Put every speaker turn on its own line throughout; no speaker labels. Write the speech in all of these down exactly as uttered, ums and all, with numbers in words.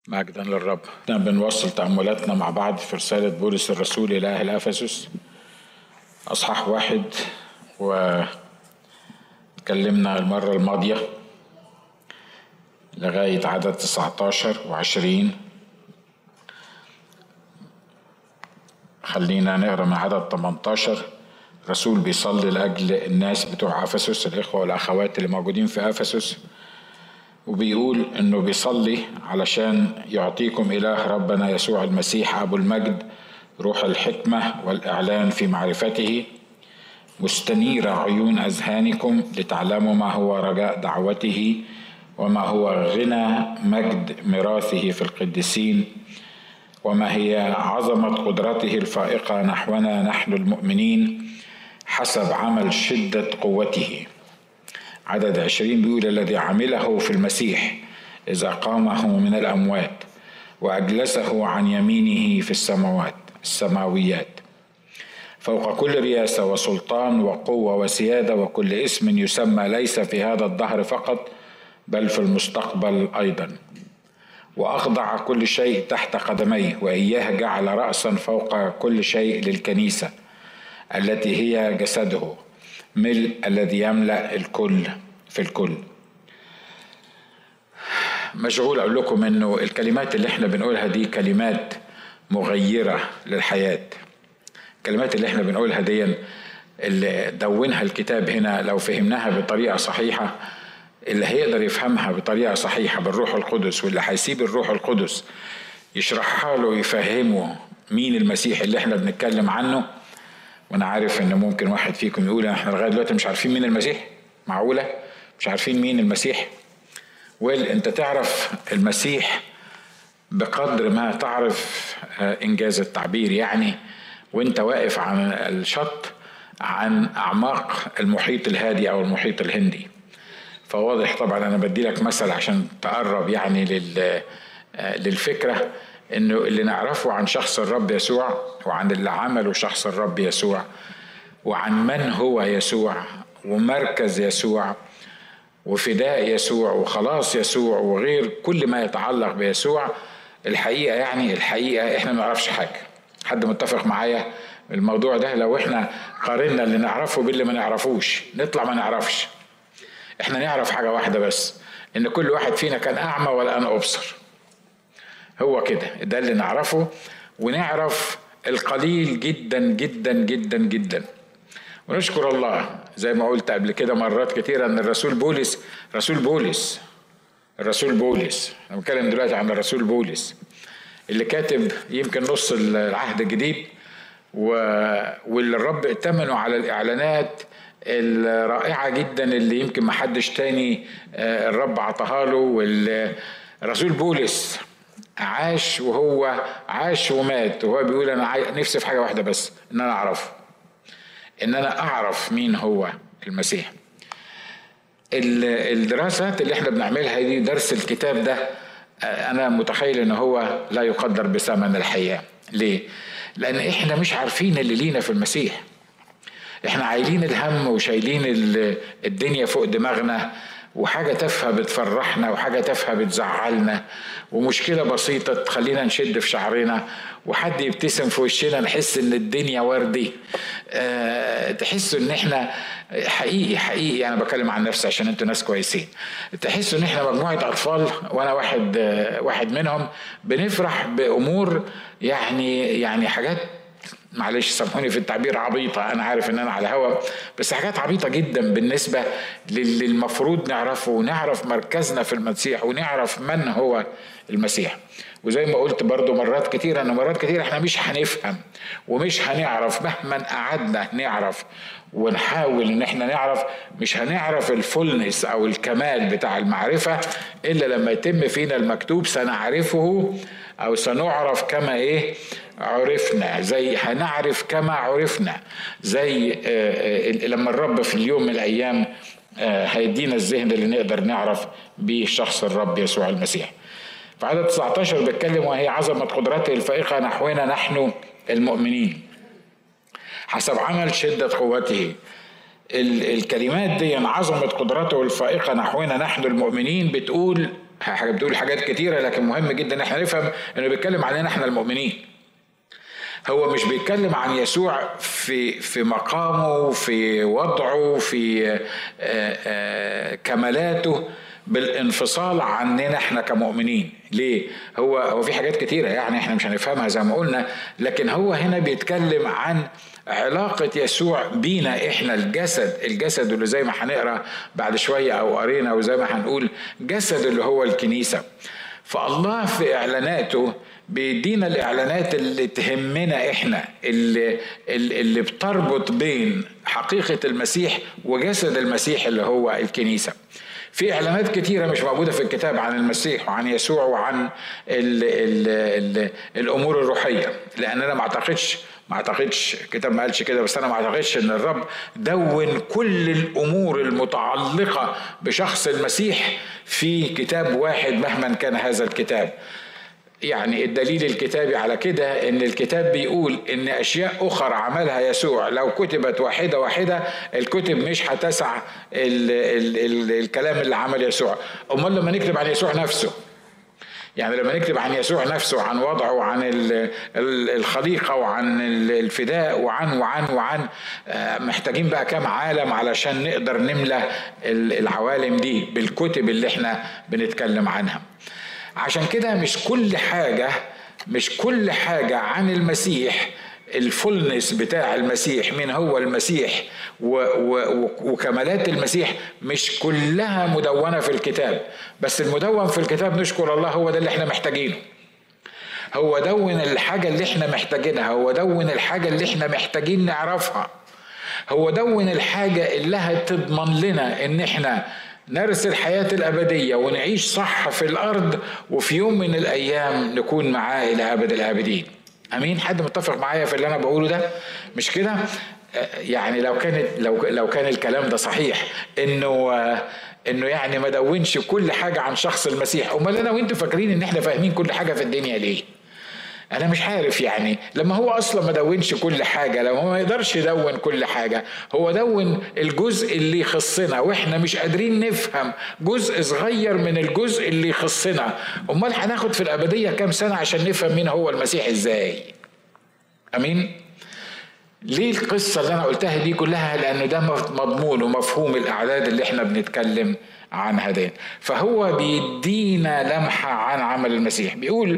مجدا للرب. احنا بنوصل تأملاتنا مع بعض في رسالة بولس الرسول إلى أهل أفسس أصحاح واحد، وتكلمنا المرة الماضية لغاية عدد تسعة عشر وعشرين. خلينا نقرأ من عدد ثمانية عشر. رسول بيصلي لأجل الناس بتوع أفسس، الإخوة والأخوات اللي موجودين في أفسس، وبيقول انه بيصلي علشان يعطيكم اله ربنا يسوع المسيح ابو المجد روح الحكمة والاعلان في معرفته، مستنير عيون اذهانكم لتعلموا ما هو رجاء دعوته وما هو غنى مجد ميراثه في القديسين، وما هي عظمة قدرته الفائقة نحونا نحن المؤمنين حسب عمل شدة قوته. عدد عشرين بيقول الذي عمله في المسيح إذا قامه من الأموات وأجلسه عن يمينه في السماوات السماويات فوق كل رياسة وسلطان وقوة وسيادة وكل اسم يسمى ليس في هذا الدهر فقط بل في المستقبل أيضا، وأخضع كل شيء تحت قدميه، وإياه جعل رأسا فوق كل شيء للكنيسة التي هي جسده ملء الذي يملأ الكل في الكل. مشغول أقول لكم إنه الكلمات اللي احنا بنقولها دي كلمات مغيرة للحياة. الكلمات اللي احنا بنقولها دي اللي دونها الكتاب هنا لو فهمناها بطريقة صحيحة، اللي هيقدر يفهمها بطريقة صحيحة بالروح القدس، واللي هيسيب الروح القدس يشرحها له ويفهمه مين المسيح اللي احنا بنتكلم عنه. وانا عارف ان ممكن واحد فيكم يقول احنا لغايه دلوقتي مش عارفين مين المسيح، معقوله مش عارفين مين المسيح؟ ويل انت تعرف المسيح بقدر ما تعرف انجاز التعبير، يعني وانت واقف عن الشط عن اعماق المحيط الهادي او المحيط الهندي. فواضح طبعا انا بدي لك مثل عشان تقرب يعني لل للفكره انه اللي نعرفه عن شخص الرب يسوع وعن اللي عمله شخص الرب يسوع وعن من هو يسوع ومركز يسوع وفداء يسوع وخلاص يسوع وغير كل ما يتعلق بيسوع، الحقيقة يعني الحقيقة احنا ما نعرفش حاجة. حد متفق معايا الموضوع ده؟ لو احنا قارنا اللي نعرفه باللي ما نعرفوش نطلع ما نعرفش. احنا نعرف حاجة واحدة بس، ان كل واحد فينا كان اعمى والان ابصر. هو كده ده اللي نعرفه، ونعرف القليل جدا جدا جدا جدا. ونشكر الله زي ما قلت قبل كده مرات كتيرة ان الرسول بولس رسول بولس الرسول بولس انا بتكلم دلوقتي عن الرسول بولس اللي كاتب يمكن نص العهد الجديد، واللي الرب ائتمنه على الاعلانات الرائعة جدا اللي يمكن ما حدش تاني الرب عطاها له. والرسول بولس عاش وهو عاش ومات وهو بيقول انا نفسي في حاجة واحدة بس، ان انا اعرفه، ان انا اعرف مين هو المسيح. الدراسات اللي احنا بنعملها دي، درس الكتاب ده انا متخيل ان هو لا يقدر بثمن الحياة. ليه؟ لان احنا مش عارفين اللي لينا في المسيح. احنا عايلين الهم وشايلين الدنيا فوق دماغنا، وحاجة تافهة بتفرحنا وحاجة تافهة بتزعلنا، ومشكلة بسيطة تخلينا نشد في شعرنا، وحد يبتسم في وشنا نحس ان الدنيا وردي. أه تحسوا ان احنا حقيقي حقيقي انا بكلم عن نفسي عشان انتوا ناس كويسين، تحسوا ان احنا مجموعة اطفال وانا واحد أه واحد منهم بنفرح بامور يعني يعني حاجات معلش سامحوني في التعبير عبيطة. أنا عارف إن أنا على هوا، بس حاجات عبيطة جدا بالنسبة للي المفروض نعرفه، ونعرف مركزنا في المسيح ونعرف من هو المسيح. وزي ما قلت برضو مرات كتير أن مرات كتير إحنا مش هنفهم ومش هنعرف مهما قعدنا نعرف ونحاول إن إحنا نعرف، مش هنعرف الفولنس أو الكمال بتاع المعرفة إلا لما يتم فينا المكتوب سنعرفه أو سنعرف كما إيه عرفنا، زي هنعرف كما عرفنا، زي لما الرب في اليوم من الأيام هيدينا الذهن اللي نقدر نعرف بيه شخص الرب يسوع المسيح. في عدد تسعة عشر بيتكلم وهي عظمة قدرته الفائقة نحونا نحن المؤمنين حسب عمل شدة قوته. الكلمات دي عظمة قدرته الفائقة نحونا نحن المؤمنين بتقول حاجة بتقول حاجات كتيرة، لكن مهم جدا احنا نفهم انه بيتكلم عننا احنا المؤمنين. هو مش بيتكلم عن يسوع في في مقامه، في وضعه، في كمالاته بالانفصال عننا احنا كمؤمنين. ليه؟ هو هو في حاجات كتيرة يعني احنا مش هنفهمها زي ما قلنا، لكن هو هنا بيتكلم عن علاقة يسوع بينا احنا الجسد، الجسد اللي زي ما هنقرأ بعد شوية او قرينا او زي ما هنقول جسد اللي هو الكنيسة. فالله في اعلاناته بيدينا الاعلانات اللي تهمنا احنا، اللي, اللي بتربط بين حقيقة المسيح وجسد المسيح اللي هو الكنيسة. في اعلانات كتيرة مش موجودة في الكتاب عن المسيح وعن يسوع وعن ال ال ال الامور الروحية، لان انا ما اعتقدش ما اعتقدش الكتاب ما قالش كده، بس انا ما اعتقدش ان الرب دون كل الامور المتعلقة بشخص المسيح في كتاب واحد مهما كان هذا الكتاب. يعني الدليل الكتابي على كده ان الكتاب بيقول ان اشياء اخرى عملها يسوع لو كتبت واحدة واحدة الكتب مش هتسع ال ال ال الكلام اللي عمل يسوع. امال لما نكتب عن يسوع نفسه، يعني لما نكتب عن يسوع نفسه، عن وضعه وعن الخليقة وعن الفداء وعن وعن وعن محتاجين بقى كام عالم علشان نقدر نملى العوالم دي بالكتب اللي احنا بنتكلم عنها. عشان كده مش كل حاجة مش كل حاجة عن المسيح، الفولنس بتاع المسيح، من هو المسيح وكمالات المسيح، مش كلها مدونة في الكتاب. بس المدون في الكتاب نشكر الله هو ده اللي احنا محتاجينه. هو دون الحاجة اللي احنا محتاجينها، هو دون الحاجة اللي احنا محتاجين نعرفها، هو دون الحاجة اللي هتضمن لنا ان احنا نرث الحياة الأبدية ونعيش صح في الأرض، وفي يوم من الأيام نكون معاه إلى أبد الآبدين. أمين؟ حد متفق معايا في اللي أنا بقوله ده؟ مش كده؟ يعني لو كانت لو لو كان الكلام ده صحيح، إنه إنه يعني ما دونش كل حاجة عن شخص المسيح، أمال أنا وإنتوا فاكرين إن إحنا فاهمين كل حاجة في الدنيا ليه؟ أنا مش عارف يعني لما هو أصلا ما دونش كل حاجة، لما هو ما يقدرش يدون كل حاجة، هو دون الجزء اللي يخصنا وإحنا مش قادرين نفهم جزء صغير من الجزء اللي يخصنا. أمال هناخد في الأبدية كام سنة عشان نفهم مين هو المسيح إزاي؟ أمين؟ ليه القصة اللي أنا قلتها دي كلها؟ لأنه ده مضمون ومفهوم الأعداد اللي إحنا بنتكلم عنها دي. فهو بيدينا لمحة عن عمل المسيح، بيقول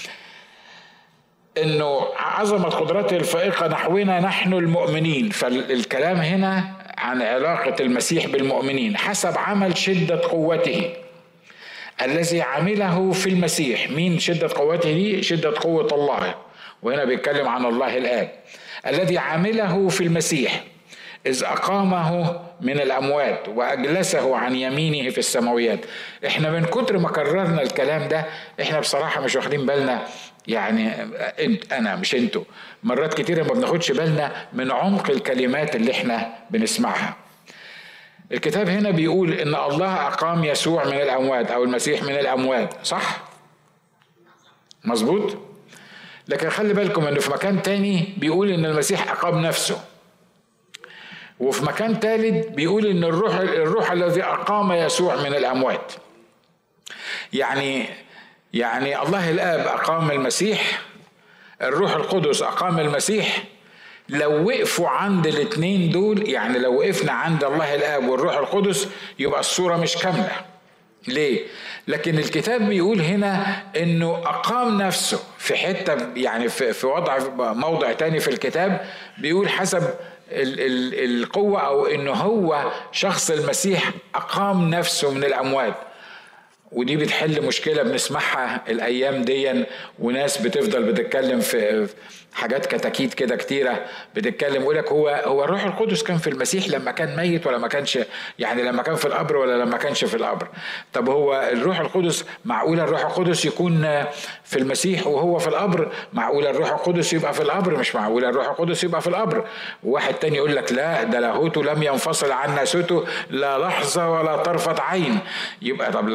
انه عظمة قدرته الفائقة نحونا نحن المؤمنين. فالكلام هنا عن علاقة المسيح بالمؤمنين حسب عمل شدة قوته الذي عمله في المسيح. مين شدة قوته دي؟ شدة قوة الله، وهنا بيتكلم عن الله الآب. الذي عمله في المسيح إذ أقامه من الأموات وأجلسه عن يمينه في السماويات. إحنا من كتر ما كررنا الكلام ده إحنا بصراحة مش واخدين بالنا، يعني انت انا مش انتوا، مرات كتيرة ما بناخدش بالنا من عمق الكلمات اللي احنا بنسمعها. الكتاب هنا بيقول ان الله اقام يسوع من الاموات او المسيح من الاموات، صح؟ مظبوط؟ لكن خلي بالكم انه في مكان تاني بيقول ان المسيح اقام نفسه، وفي مكان ثالث بيقول ان الروح الروح الذي اقام يسوع من الاموات. يعني يعني الله الآب أقام المسيح، الروح القدس أقام المسيح. لو وقفوا عند الاثنين دول، يعني لو وقفنا عند الله الآب والروح القدس، يبقى الصورة مش كاملة. ليه؟ لكن الكتاب بيقول هنا انه اقام نفسه في حتة، يعني في وضع موضع تاني في الكتاب بيقول حسب ال ال القوة، او انه هو شخص المسيح اقام نفسه من الاموات. ودي بتحل مشكلة بنسمعها الأيام دي، وناس بتفضل بتتكلم في حاجات كتاكيت كده كتيرة، بتتكلم يقولك هو هو الروح القدس كان في المسيح لما كان ميت ولا ما كانش، يعني لما كان في القبر ولا لما كانش في القبر. طب هو الروح القدس، معقول الروح القدس يكون في المسيح وهو في القبر؟ معقول الروح القدس يبقى في القبر؟ مش معقول الروح القدس يبقى في القبر. وواحد تاني يقول لك لا، ده لاهوته لم ينفصل عن ناسوته لا لحظة ولا طرفة عين. يبقى طب لو هو لو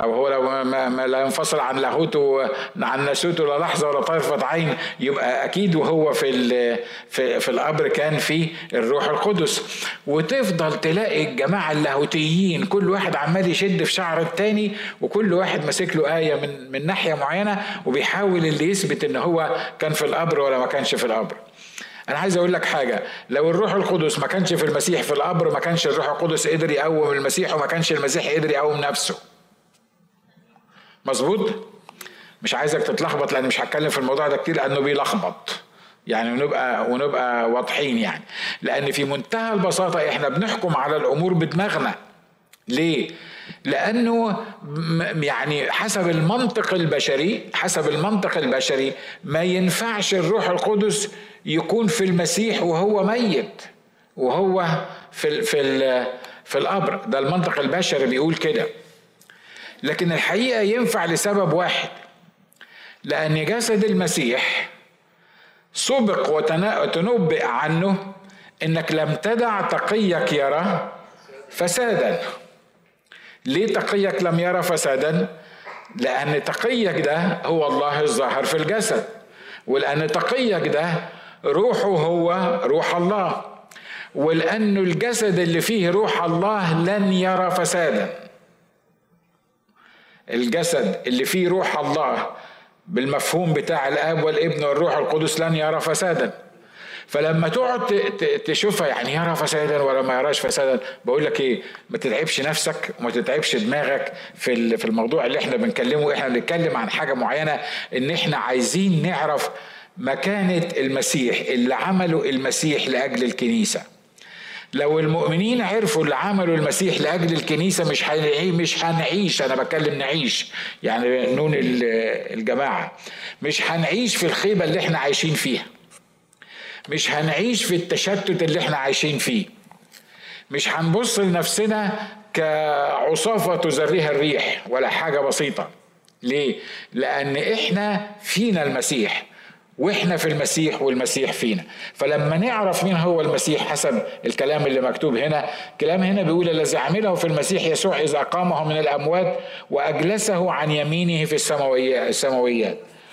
ما, ما لا ينفصل عن لاهوته عن ناسوته لا لحظه ولا طرفه عين، يبقى اكيد وهو في في في القبر كان فيه الروح القدس. وتفضل تلاقي الجماعه اللاهوتيين كل واحد عمال يشد في شعر التاني، وكل واحد ماسك له ايه من من ناحيه معينه، وبيحاول اللي يثبت ان هو كان في القبر ولا ما كانش في القبر. انا عايز اقول لك حاجه، لو الروح القدس ما كانش في المسيح في القبر، ما كانش الروح القدس قدر يقوم المسيح، وما كانش المسيح قدر يقوم نفسه. مظبوط؟ مش عايزك تتلخبط، لان مش هتكلم في الموضوع ده كتير لانه بيلخبط يعني، ونبقى ونبقى واضحين يعني. لان في منتهى البساطه احنا بنحكم على الامور بدماغنا. ليه؟ لانه يعني حسب المنطق البشري حسب المنطق البشري ما ينفعش الروح القدس يكون في المسيح وهو ميت، وهو في في في القبر. ده المنطق البشري بيقول كده. لكن الحقيقه ينفع لسبب واحد، لان جسد المسيح سبق وتنبأ عنه انك لم تدع تقيك يرى فسادا. ليه تقيك لم يرى فسادا؟ لأن تقيك ده هو الله الظاهر في الجسد، ولأن تقيك ده روحه هو روح الله، ولأن الجسد اللي فيه روح الله لن يرى فسادا. الجسد اللي فيه روح الله بالمفهوم بتاع الآب والابن والروح القدس لن يرى فسادا. فلما تقعد تشوفها يعني يرى فسادا ولا ما يراش فسادا، بقول لك ايه، ما تتعبش نفسك وما تتعبش دماغك في في الموضوع اللي احنا بنكلمه. احنا بنتكلم عن حاجه معينه، ان احنا عايزين نعرف مكانه المسيح، اللي عمله المسيح لاجل الكنيسه. لو المؤمنين عرفوا اللي عملوا المسيح لاجل الكنيسه مش هنعيش مش هنعيش انا بتكلم نعيش يعني نون الجماعه، مش هنعيش في الخيبه اللي احنا عايشين فيها، مش هنعيش في التشتت اللي احنا عايشين فيه، مش هنبص لنفسنا كعصافة تزريها الريح ولا حاجة بسيطة. ليه؟ لأن احنا فينا المسيح، واحنا في المسيح والمسيح فينا. فلما نعرف مين هو المسيح حسب الكلام اللي مكتوب هنا، كلام هنا بيقول الذي عمله في المسيح يسوع إذ أقامه من الأموات وأجلسه عن يمينه في السماويات.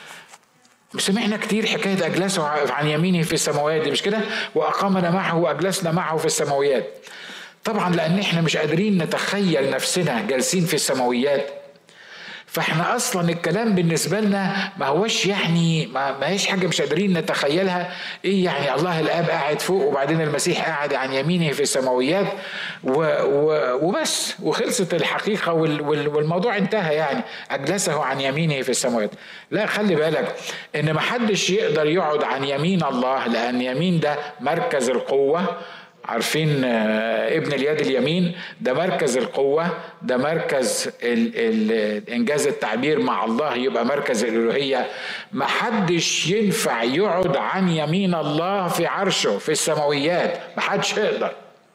سمعنا كتير حكاية أجلسه عن يمينه في السماوات دي، مش كده؟ وأقامنا معه وأجلسنا معه في السماويات. طبعا لأن احنا مش قادرين نتخيل نفسنا جالسين في السماويات، فاحنا اصلا الكلام بالنسبه لنا ما هوش يعني ما, ما هيش حاجه مش قادرين نتخيلها. ايه يعني الله الاب قاعد فوق وبعدين المسيح قاعد عن يمينه في السماويات و و وبس وخلصت الحقيقه وال وال والموضوع انتهى يعني اجلسه عن يمينه في السماوات؟ لا، خلي بالك ان ما حدش يقدر يقعد عن يمين الله، لان يمين ده مركز القوه. عارفين ابن اليد اليمين ده مركز القوة، ده مركز ال ال إنجاز التعبير مع الله، يبقى مركز الإلهية. ما حدش ينفع يقعد عن يمين الله في عرشه في السماويات، ما حدش يقدر.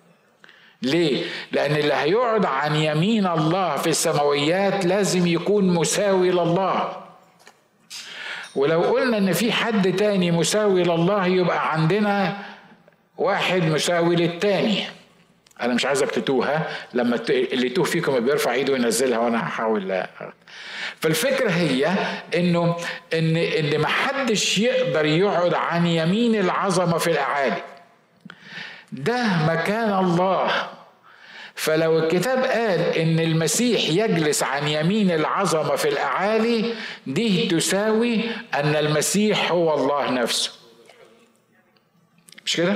ليه؟ لأن اللي هيقعد عن يمين الله في السماويات لازم يكون مساوي لله. ولو قلنا ان في حد تاني مساوي لله يبقى عندنا واحد مساوي للتاني. انا مش عايزك تتوه، لما اللي يتوه فيكم بيرفع ايده وينزلها وانا هحاول. فالفكره هي انه ان ان ما حدش يقدر يقعد عن يمين العظمه في الاعالي، ده مكان الله. فلو الكتاب قال ان المسيح يجلس عن يمين العظمه في الاعالي، دي تساوي ان المسيح هو الله نفسه، مش كده؟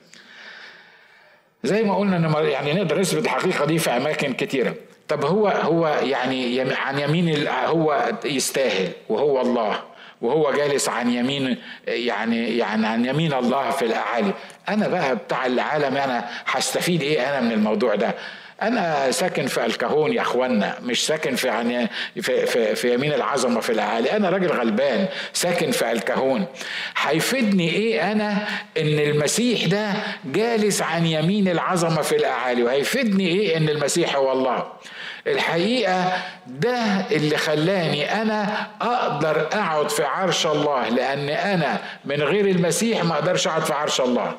زي ما قلنا ان يعني نقدر نثبت الحقيقه دي في اماكن كتيره. طب هو هو يعني عن يمين هو يستاهل وهو الله، وهو جالس عن يمين يعني يعني عن يمين الله في الاعالي. انا بقى بتاع العالم، انا هستفيد ايه انا من الموضوع ده؟ انا ساكن في الكهون يا اخوانا، مش ساكن في يعني في, في, في يمين العظمه في الاعالي. انا راجل غلبان ساكن في الكهون، هيفيدني ايه انا ان المسيح ده جالس عن يمين العظمه في الاعالي؟ وهيفيدني ايه ان المسيح هو الله؟ الحقيقه ده اللي خلاني انا اقدر اقعد في عرش الله، لان انا من غير المسيح ما اقدرش اقعد في عرش الله.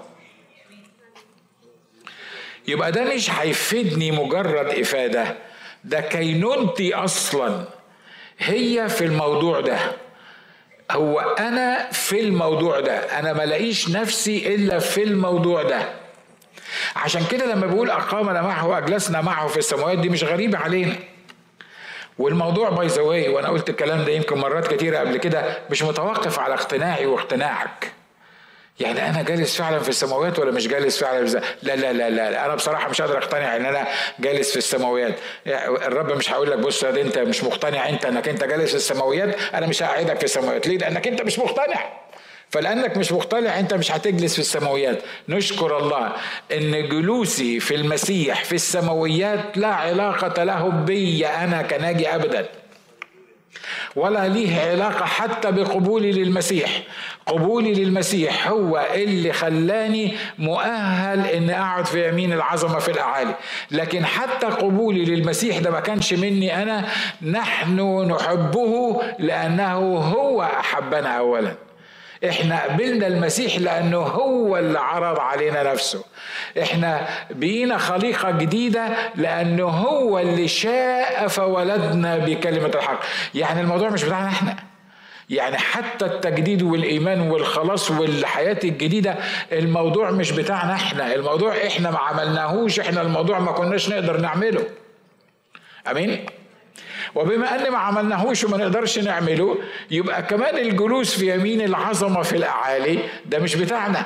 يبقى ده مش هيفيدني مجرد افاده، ده كينونتي اصلا هي في الموضوع ده، هو انا في الموضوع ده، انا ما لاقيش نفسي الا في الموضوع ده. عشان كده لما بيقول اقامنا معه واجلسنا معه في السماوات، دي مش غريبة علينا. والموضوع باي ذا واي، وانا قلت الكلام ده يمكن مرات كتيرة قبل كده، مش متوقف على اقتناعي واقتناعك. يعني انا جالس فعلا في السماوات ولا مش جالس فعلا؟ لا لا لا لا، انا بصراحه مش قادر اقتنع ان انا جالس في السماوات. يعني الرب مش هقول لك بص انت مش مقتنع انت انك انت جالس في السماويات، انا مش هقعدك في السماوات. ليه؟ لانك انت مش مقتنع. فلانك مش مقتنع انت مش هتجلس في السماويات. نشكر الله ان جلوسي في المسيح في السماويات لا علاقه له بي انا كناجي ابدا، ولا ليه علاقة حتى بقبولي للمسيح. قبولي للمسيح هو اللي خلاني مؤهل ان اقعد في يمين العظمة في الاعالي. لكن حتى قبولي للمسيح ده ما كانش مني انا، نحن نحبه لانه هو احبنا اولا. احنا قبلنا المسيح لانه هو اللي عرض علينا نفسه. احنا بقينا خليقة جديدة لانه هو اللي شاء فولدنا بكلمة الحق. يعني الموضوع مش بتاعنا احنا، يعني حتى التجديد والايمان والخلاص والحياة الجديدة الموضوع مش بتاعنا احنا، الموضوع احنا ما عملناهوش، احنا الموضوع ما كناش نقدر نعمله. امين. وبما ان ما عملناهوش وما نقدرش نعمله، يبقى كمان الجلوس في يمين العظمة في الاعالي ده مش بتاعنا،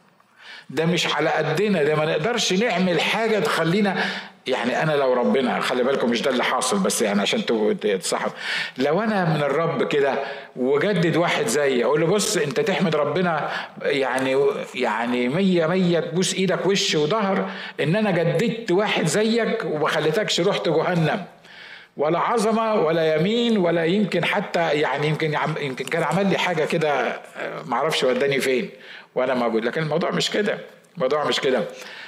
ده مش على قدنا، ده ما نقدرش نعمل حاجة تخلينا. يعني انا لو ربنا، خلي بالكم مش ده اللي حاصل، بس يعني عشان تصحب، لو انا من الرب كده وجدد واحد زي اقول له بص انت تحمد ربنا يعني يعني مية مية تبوس ايدك وش وظهر ان انا جددت واحد زيك وما خليتكش رحت جهنم، ولا عظمة ولا يمين ولا يمكن حتى يعني يمكن يمكن كان عمل لي حاجة كده معرفش وداني فين وانا موجود. لكن الموضوع مش كده، الموضوع مش كده.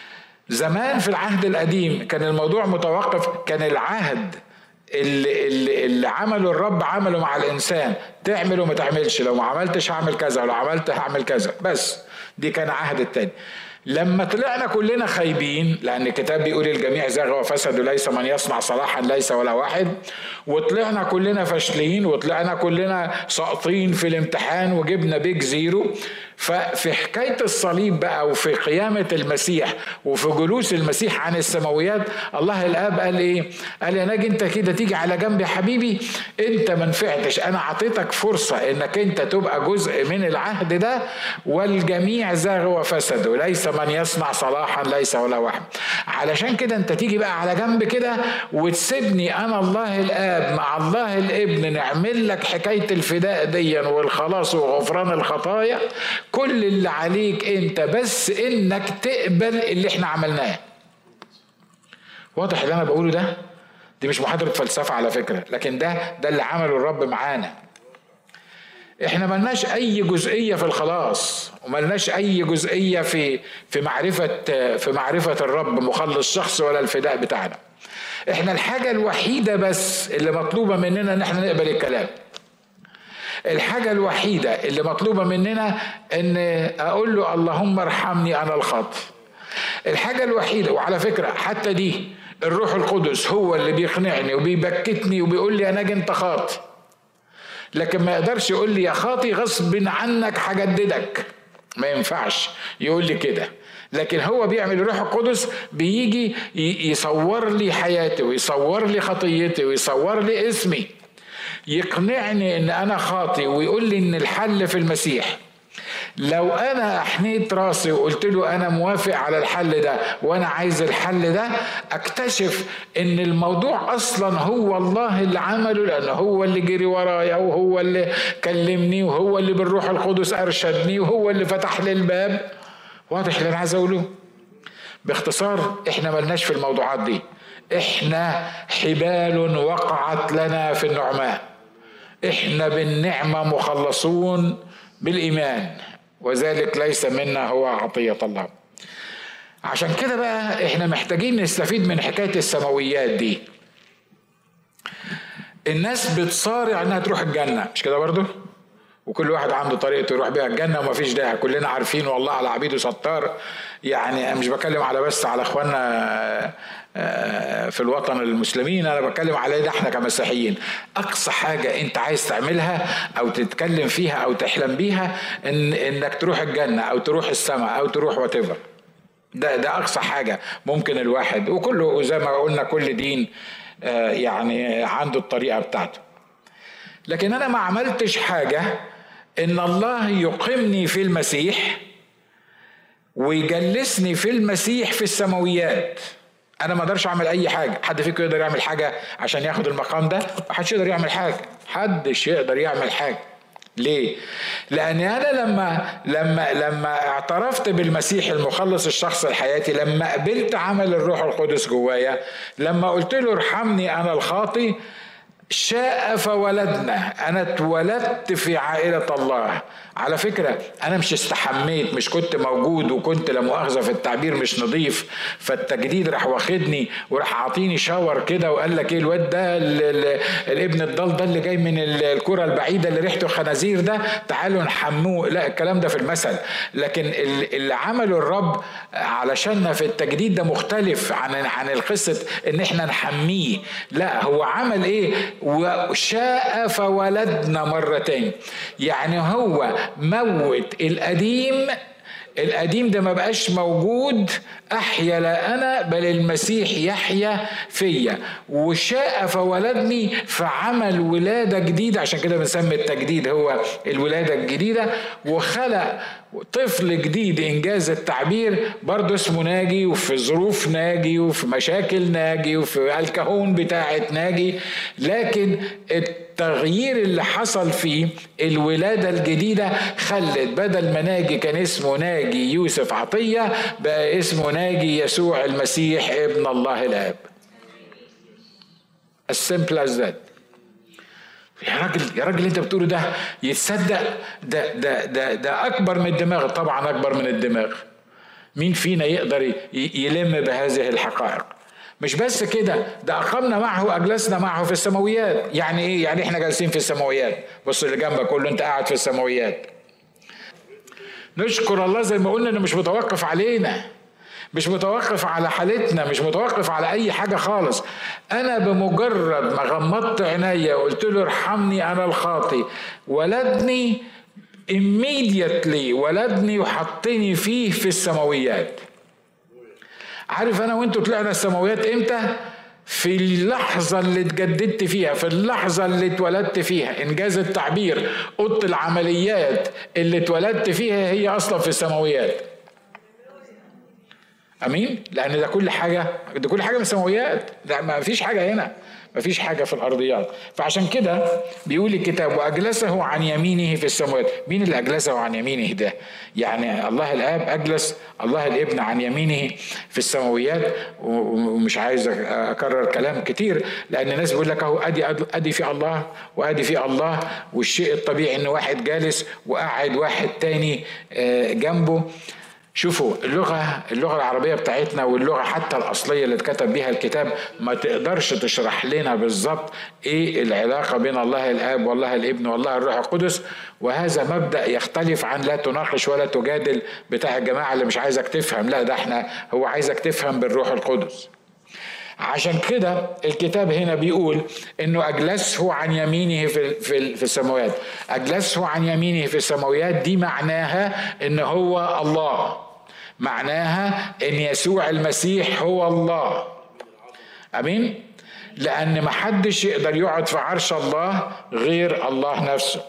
زمان في العهد القديم كان الموضوع متوقف، كان العهد اللي, اللي, اللي عمله الرب عمله مع الإنسان، تعمل وما تعملش، لو ما عملتش هعمل كذا ولو عملت هعمل كذا، بس دي كان عهد التاني. لما طلعنا كلنا خايبين، لأن الكتاب بيقول الجميع زاغ وفسد وليس من يصنع صلاحا ليس ولا واحد، وطلعنا كلنا فاشلين وطلعنا كلنا ساقطين في الامتحان وجبنا بيج زيرو. ففي حكاية الصليب بقى وفي قيامة المسيح وفي جلوس المسيح عن السماويات، الله الآب قال إيه؟ قال يا ناجي أنت كده تيجي على جنب يا حبيبي، أنت ما نفعتش، أنا عطيتك فرصة إنك أنت تبقى جزء من العهد ده. والجميع زاغ وفسد وليس من يصنع صلاحا ليس ولا واحد. علشان كده أنت تيجي بقى على جنب كده وتسيبني أنا الله الآب مع الله الابن نعمل لك حكاية الفداء دي والخلاص وغفران الخطايا. كل اللي عليك انت بس انك تقبل اللي احنا عملناه. واضح اللي انا بقوله ده؟ دي مش محاضرة فلسفة على فكرة، لكن ده ده اللي عمله الرب معانا. احنا ملناش اي جزئية في الخلاص، وملناش اي جزئية في في معرفة في معرفة الرب مخلص شخص ولا الفداء بتاعنا. احنا الحاجة الوحيدة بس اللي مطلوبة مننا ان احنا نقبل الكلام. الحاجة الوحيدة اللي مطلوبة مننا ان اقول له اللهم ارحمني انا الخاطئ. الحاجة الوحيدة، وعلى فكرة حتى دي الروح القدس هو اللي بيقنعني وبيبكتني وبيقول لي انا انت خاطئ، لكن ما يقدرش يقول لي يا خاطئ غصب عنك هجددك، ما ينفعش يقول لي كده. لكن هو بيعمل الروح القدس بيجي يصور لي حياتي ويصور لي خطيتي ويصور لي اسمي، يقنعني ان انا خاطئ ويقول لي ان الحل في المسيح. لو انا احنيت راسي وقلت له انا موافق على الحل ده وانا عايز الحل ده، اكتشف ان الموضوع اصلا هو الله اللي عمله، لانه هو اللي جري ورايا وهو اللي كلمني وهو اللي بالروح القدس ارشدني وهو اللي فتح لي الباب. واضح اللي انا عايز اقوله؟ باختصار احنا ملناش في الموضوعات دي، احنا حبال وقعت لنا في النعماء، احنا بالنعمة مخلصون بالإيمان، وذلك ليس منا هو عطية الله. عشان كده بقى احنا محتاجين نستفيد من حكاية السماويات دي. الناس بتصارع انها تروح الجنة، مش كده برضو؟ وكل واحد عنده طريقته يروح بيها الجنة وما فيش داعي، كلنا عارفين والله على عبيده ستار. يعني مش بكلم على بس على اخواننا في الوطن المسلمين، انا بتكلم علينا احنا كمسيحيين. اقصى حاجة انت عايز تعملها او تتكلم فيها او تحلم بيها ان انك تروح الجنة او تروح السماء او تروح واتيفر. ده ده اقصى حاجة ممكن الواحد، وكله زي ما قلنا كل دين يعني عنده الطريقة بتاعته. لكن انا ما عملتش حاجة ان الله يقيمني في المسيح ويجلسني في المسيح في السماويات. انا ما اقدرش اعمل اي حاجة. حد فيكم يقدر يعمل حاجة عشان ياخد المقام ده؟ محدش يقدر يعمل حاجة، محدش يقدر يعمل حاجة. ليه؟ لأن أنا لما لما لما اعترفت بالمسيح المخلص الشخص لحياتي، لما قبلت عمل الروح القدس جوايا، لما قلت له ارحمني أنا الخاطي، شاء فولدنا. أنا اتولدت في عائلة الله. على فكرة أنا مش استحميت، مش كنت موجود وكنت لا مؤاخذة في التعبير مش نظيف، فالتجديد راح واخدني وراح عاطيني شاور كده وقال لك ايه الواد ده الابن الضال ده اللي جاي من الكرة البعيدة اللي ريحته خنازير ده، تعالوا نحموه. لا، الكلام ده في المثل. لكن اللي عمله الرب علشاننا في التجديد ده مختلف عن عن القصة ان احنا نحميه. لا، هو عمل ايه؟ وشاء فولدنا مرتين. يعني هو موت القديم، القديم ده ما بقاش موجود، احيا لا انا بل المسيح يحيا فيا. وشاء فولدني، فعمل ولادة جديدة. عشان كده بنسمي التجديد هو الولادة الجديدة. وخلق طفل جديد، انجاز التعبير، برضه اسمه ناجي، وفي ظروف ناجي، وفي مشاكل ناجي، وفي الكهون بتاعت ناجي. لكن التغيير اللي حصل فيه الولادة الجديدة خلت بدل ما ناجي كان اسمه ناجي يوسف عطية، بقى اسمه ناجي يسوع المسيح ابن الله الآب. as simple as that. يا راجل يا راجل انت بتقوله ده يتصدق؟ ده ده ده ده اكبر من الدماغ. طبعا اكبر من الدماغ. مين فينا يقدر يلم بهذه الحقائق؟ مش بس كده، ده اقمنا معه واجلسنا معه في السماويات. يعني ايه؟ يعني احنا جالسين في السماويات. بص اللي جنبك قول له انت قاعد في السماويات. نشكر الله زي ما قلنا انه مش متوقف علينا، مش متوقف على حالتنا، مش متوقف على اي حاجة خالص. انا بمجرد ما غمضت عينيا وقلت له ارحمني انا الخاطي، ولدني immediately، ولدني وحطني فيه في السماويات. عارف انا وانتوا طلعنا السماويات امتى؟ في اللحظة اللي اتجددت فيها، في اللحظة اللي اتولدت فيها. انجاز التعبير، اوضه العمليات اللي اتولدت فيها هي اصلا في السماويات. امين؟ لان ده كل حاجة، ده كل حاجة من السماويات. ده ما فيش حاجة هنا، ما فيش حاجة في الارضيات. فعشان كده بيقول الكتاب واجلسه عن يمينه في السماوات. مين اللي اجلسه عن يمينه ده؟ يعني الله الاب اجلس الله الابن عن يمينه في السماويات. ومش عايز اكرر كلام كتير، لان الناس بيقول لك اهو ادي ادي في الله وادي في الله، والشيء الطبيعي ان واحد جالس وقاعد واحد تاني جنبه. شوفوا اللغة اللغة العربية بتاعتنا واللغة حتى الأصلية اللي اتكتب بيها الكتاب ما تقدرش تشرح لنا بالظبط ايه العلاقة بين الله الآب والله الابن والله الروح القدس. وهذا مبدأ يختلف عن لا تناقش ولا تجادل بتاع الجماعة اللي مش عايزك تفهم. لا، ده احنا هو عايزك تفهم بالروح القدس. عشان كده الكتاب هنا بيقول انه اجلسه عن يمينه في في في السماوات. اجلسه عن يمينه في السماوات دي معناها ان هو الله، معناها ان يسوع المسيح هو الله. امين؟ لان محدش يقدر يقعد في عرش الله غير الله نفسه.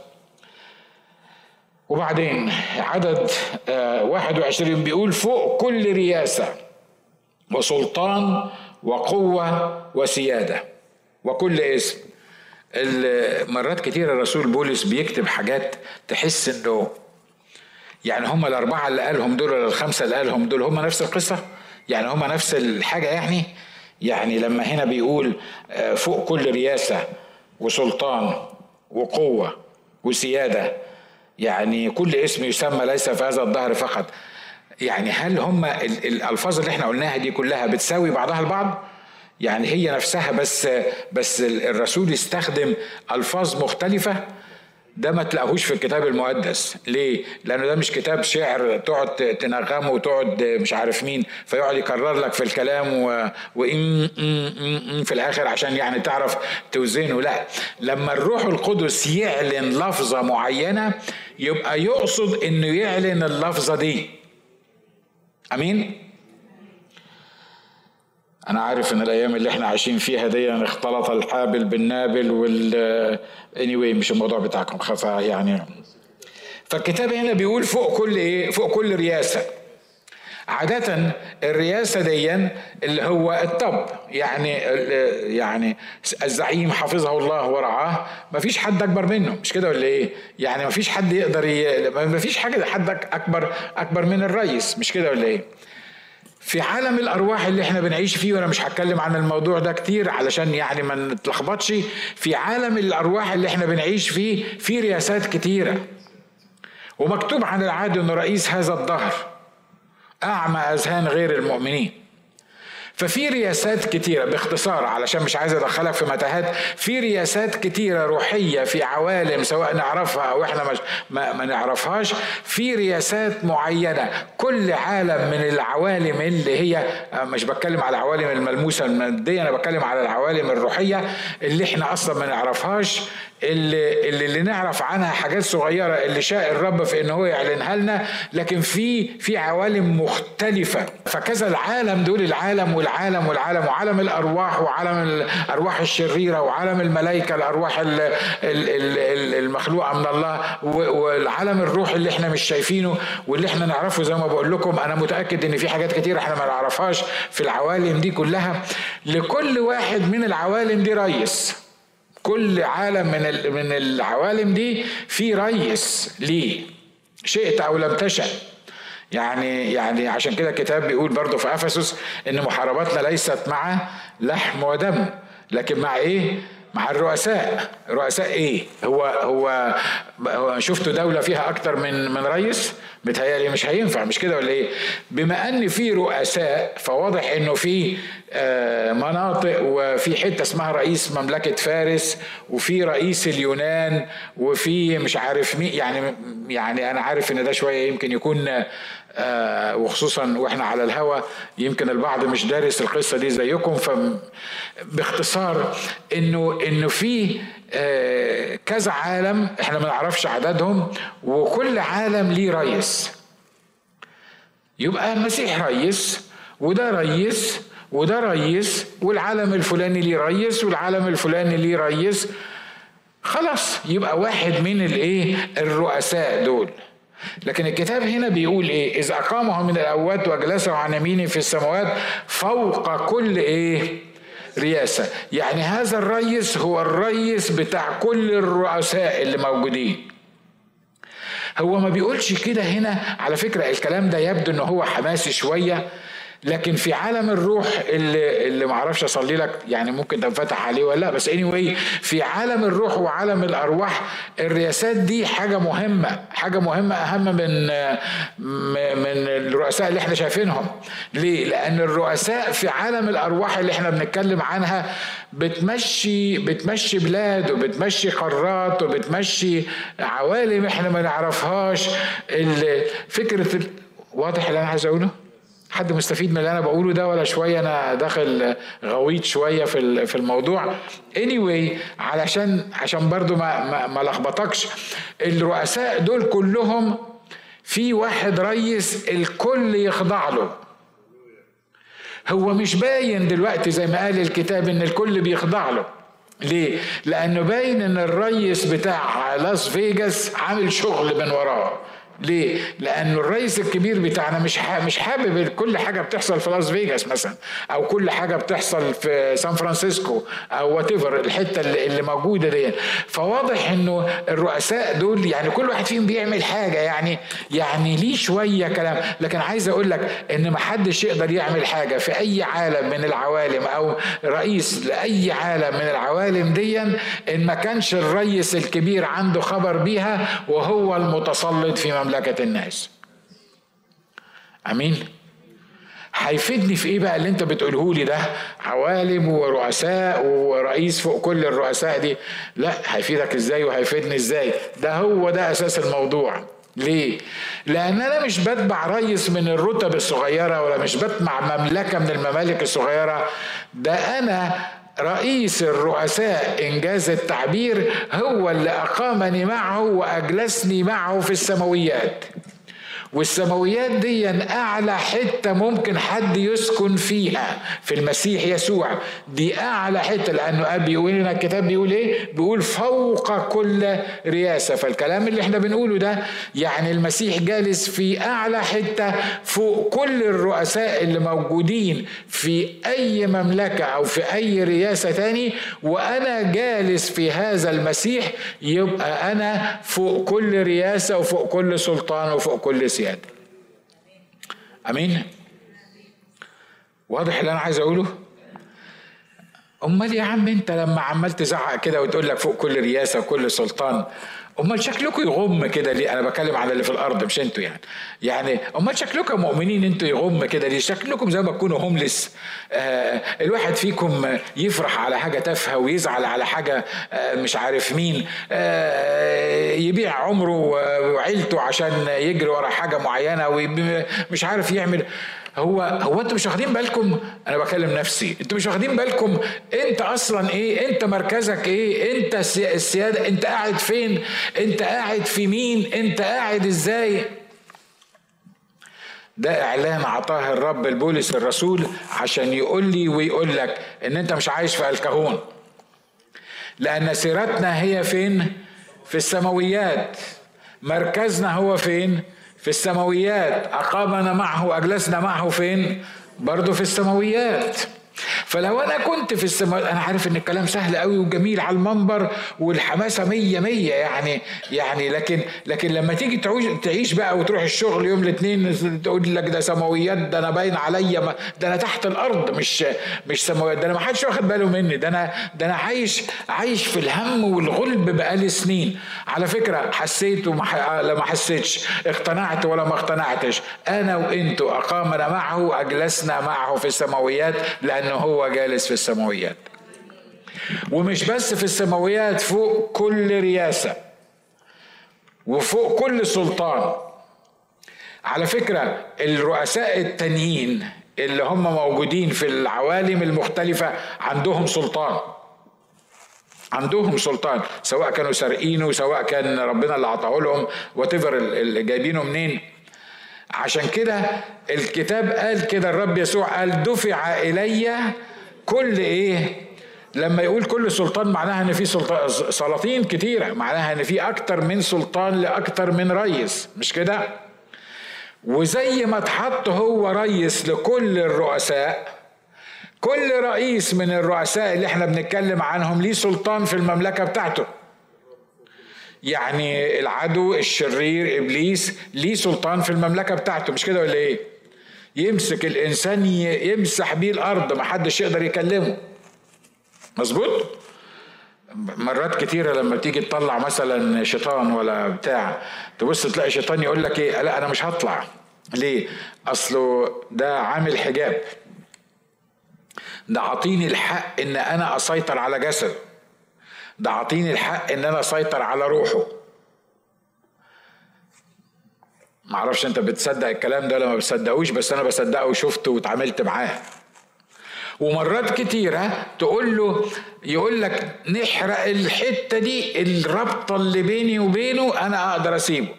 وبعدين عدد واحد وعشرين بيقول فوق كل رياسة وسلطان وقوة وسيادة وكل اسم. مرات كتير الرسول بولس بيكتب حاجات تحس انه يعني هم الاربعة اللي قالهم دول ولا الخمسة اللي قالهم دول هم نفس القصة، يعني هم نفس الحاجة. يعني يعني لما هنا بيقول فوق كل رياسة وسلطان وقوة وسيادة، يعني كل اسم يسمى ليس في هذا الظهر فقط. يعني هل هم الألفاظ اللي احنا قلناها دي كلها بتساوي بعضها البعض؟ يعني هي نفسها، بس بس الرسول يستخدم ألفاظ مختلفة؟ ده ما تلاقوش في الكتاب المقدس. ليه؟ لانه ده مش كتاب شعر تقعد تنغمه وتقعد مش عارف مين فيقعد يكرر لك في الكلام و... وإن في الاخر عشان يعني تعرف توزنه. لا، لما الروح القدس يعلن لفظة معينة يبقى يقصد انه يعلن اللفظة دي. امين. انا عارف ان الايام اللي احنا عايشين فيها دي اختلط الحابل بالنابل وال anyway مش الموضوع بتاعكم خفا يعني. فالكتاب هنا بيقول فوق كل ايه؟ فوق كل رياسة. عادة الرياسة دي اللي هو الطب، يعني يعني الزعيم حفظه الله ورعاه ما فيش حد اكبر منه، مش كده ولا ايه؟ يعني ما فيش حد يقدر ي... ما فيش حاجة حد اكبر اكبر من الرئيس، مش كده ولا ايه؟ في عالم الارواح اللي احنا بنعيش فيه، وانا مش هتكلم عن الموضوع ده كتير علشان يعني ما نتلخبطش، في عالم الارواح اللي احنا بنعيش فيه في رياسات كتيرة، ومكتوب عن العهد ان رئيس هذا الدهر اعمى اذهان غير المؤمنين. ففي رياسات كتيرة، باختصار علشان مش عايز ادخلك في متاهات، في رياسات كتيرة روحية في عوالم سواء نعرفها او احنا مش ما, ما نعرفهاش. في رياسات معينة، كل عالم من العوالم اللي هي مش بتكلم على العوالم الملموسة المادية، انا بتكلم على العوالم الروحية اللي احنا اصلا ما نعرفهاش، اللي, اللي اللي نعرف عنها حاجات صغيرة اللي شاء الرب في ان هو يعلنها لنا، لكن في في عوالم مختلفة. فكذا العالم دول، العالم والعالم والعالم وعالم الارواح وعالم الارواح الشريرة وعالم الملائكة، الارواح المخلوقة من الله، والعالم الروح اللي احنا مش شايفينه واللي احنا نعرفه. زي ما بقول لكم انا متأكد ان في حاجات كتير احنا ما نعرفهاش في العوالم دي كلها. لكل واحد من العوالم دي رئيس، كل عالم من من العوالم دي في رئيس ليه، شئت او لم تشأ. يعني يعني عشان كده الكتاب بيقول برضو في افسس ان محارباتنا ليست مع لحم ودم، لكن مع ايه؟ مع الرؤساء. رؤساء ايه؟ هو هو, هو شفتوا دولة فيها اكتر من من رئيس؟ بتهيألي مش هينفع، مش كده ولا ايه؟ بما ان في رؤساء فواضح انه في مناطق، وفي حتة اسمها رئيس مملكة فارس، وفي رئيس اليونان، وفي مش عارف مين. يعني يعني انا عارف ان ده شوية يمكن يكون آه وخصوصا واحنا على الهوا يمكن البعض مش دارس القصة دي زيكم. فباختصار انه انه في آه كذا عالم احنا ما نعرفش عددهم، وكل عالم ليه رئيس. يبقى المسيح رئيس، وده رئيس، وده رئيس، والعالم الفلاني ليه رئيس، والعالم الفلاني ليه رئيس. خلاص يبقى واحد من الايه؟ الرؤساء دول. لكن الكتاب هنا بيقول ايه؟ إذ أقامه من الأموات وجلسه عن يمينه في السماوات فوق كل ايه؟ رياسة. يعني هذا الرئيس هو الرئيس بتاع كل الرؤساء اللي موجودين. هو ما بيقولش كده هنا على فكرة. الكلام ده يبدو انه هو حماسي شوية، لكن في عالم الروح اللي اللي ما اعرفش اصلي لك يعني ممكن تنفتح عليه ولا لا، بس anyway في عالم الروح وعالم الارواح الرياسات دي حاجه مهمه، حاجه مهمه اهم من من الرؤساء اللي احنا شايفينهم. ليه؟ لان الرؤساء في عالم الارواح اللي احنا بنتكلم عنها بتمشي بتمشي بلاد وبتمشي قارات وبتمشي عوالم احنا ما نعرفهاش. فكره واضح اللي انا عايز اقوله؟ حد مستفيد من اللي انا بقوله ده ولا شويه انا داخل غويط شويه في في الموضوع؟ anyway علشان عشان برضو ما ما, ما لخبطكش. الرؤساء دول كلهم في واحد رئيس الكل يخضع له. هو مش باين دلوقتي زي ما قال الكتاب ان الكل بيخضع له. ليه؟ لانه باين ان الرئيس بتاع لاس فيجاس عامل شغل من وراه. ليه؟ لأنه الرئيس الكبير بتاعنا مش مش حابب كل حاجة بتحصل في لاس فيجاس مثلا، أو كل حاجة بتحصل في سان فرانسيسكو أو واتيفر الحتة اللي, اللي موجودة دي. فواضح إنه الرؤساء دول يعني كل واحد فيهم بيعمل حاجة، يعني يعني ليه شوية كلام. لكن عايز أقول لك إن محدش يقدر يعمل حاجة في أي عالم من العوالم أو رئيس لأي عالم من العوالم دي إن ما كانش الرئيس الكبير عنده خبر بيها وهو المتسلط في مملكة الناس. امين. هيفيدني في ايه بقى اللي انت بتقوله لي ده؟ عوالم ورؤساء ورئيس فوق كل الرؤساء دي. لا، هيفيدك ازاي وهيفيدني ازاي؟ ده هو ده اساس الموضوع. ليه؟ لان انا مش بتبع رئيس من الرتب الصغيرة، ولا مش بتبع مملكة من الممالك الصغيرة. ده انا رئيس الرؤساء إنجاز التعبير، هو اللي أقامني معه وأجلسني معه في السماويات. والسماويات دي أعلى حتة ممكن حد يسكن فيها في المسيح يسوع. دي أعلى حتة، لأنه بيقول لنا الكتاب بيقول إيه؟ بيقول فوق كل رياسة. فالكلام اللي احنا بنقوله ده يعني المسيح جالس في أعلى حتة فوق كل الرؤساء اللي موجودين في أي مملكة أو في أي رياسة تاني، وأنا جالس في هذا المسيح، يبقى أنا فوق كل رياسة وفوق كل سلطان وفوق كل سيادة. امين. واضح اللي انا عايز اقوله؟ امال يا عم انت لما عمال تزعق كده وتقول لك فوق كل رياسه وكل سلطان، امال شكلكم يغم كده ليه؟ انا بكلم على اللي في الارض مش انتوا يعني. يعني امال شكلكم مؤمنين انتوا يغم كده ليه؟ شكلكم زي ما تكونوا هوملس. آه الواحد فيكم يفرح على حاجه تافهه ويزعل على حاجه آه مش عارف مين. آه يبيع عمره وعيلته عشان يجري ورا حاجه معينه ومش عارف يعمل. هو هو انتوا مش واخدين بالكم؟ انا بكلم نفسي. انتوا مش واخدين بالكم انت اصلا ايه؟ انت مركزك ايه؟ انت السياده، انت قاعد فين؟ انت قاعد في مين؟ انت قاعد ازاي؟ ده اعلان عطاه الرب لبولس الرسول عشان يقول لي ويقول لك ان انت مش عايش في الكهون، لان سيرتنا هي فين؟ في السماويات. مركزنا هو فين؟ في السماويات. أقامنا معه وأجلسنا معه فين؟ برضو في السماويات. فلو أنا كنت في السماويات، أنا عارف إن الكلام سهل قوي وجميل على المنبر والحماسة مية مية يعني يعني لكن لكن لما تيجي تعيش تعيش بقى وتروح الشغل يوم الاثنين تقول لك ده سماويات، ده أنا باين عليا، ده أنا تحت الأرض مش مش سماويات، ده أنا ما حدش واخد باله مني، ده أنا ده أنا عايش عايش في الهم والغلب بقالي سنين. على فكرة حسيت ولا ما حسيتش، اقتنعت ولا ما اقتنعتش، أنا وإنتوا أقامنا معه وأجلسنا معه في السماويات، لأنه هو جالس في السماويات. ومش بس في السماويات، فوق كل رياسة وفوق كل سلطان. على فكرة الرؤساء التانيين اللي هم موجودين في العوالم المختلفة عندهم سلطان، عندهم سلطان، سواء كانوا سارقينه، سواء كان ربنا اللي عطاه لهم، واتيفر اللي جايبينه منين. عشان كده الكتاب قال كده، الرب يسوع قال دفع إلي كل إيه؟ لما يقول كل سلطان معناها ان في سلطان سلاطين كتيرة، معناها ان في اكتر من سلطان لاكتر من رئيس، مش كده؟ وزي ما اتحط هو رئيس لكل الرؤساء، كل رئيس من الرؤساء اللي احنا بنتكلم عنهم ليه سلطان في المملكة بتاعته. يعني العدو الشرير إبليس ليه سلطان في المملكة بتاعته، مش كده ولا ايه؟ يمسك الإنسان يمسح بيه الأرض، ما حدش يقدر يكلمه. مظبوط؟ مرات كتيرة لما تيجي تطلع مثلا شيطان ولا بتاع، تبص تلاقي شيطان يقول لك ايه؟ لا أنا مش هطلع. ليه؟ أصله ده عامل حجاب، ده عطيني الحق إن أنا أسيطر على جسد، ده عطيني الحق ان انا اسيطر على روحه. معرفش انت بتصدق الكلام ده ولا ما بتصدقوش، بس انا بصدقه وشفته واتعاملت معاه. ومرات كتيرة تقول له، يقول لك نحرق الحتة دي، الربطة اللي بيني وبينه انا اقدر اسيبه.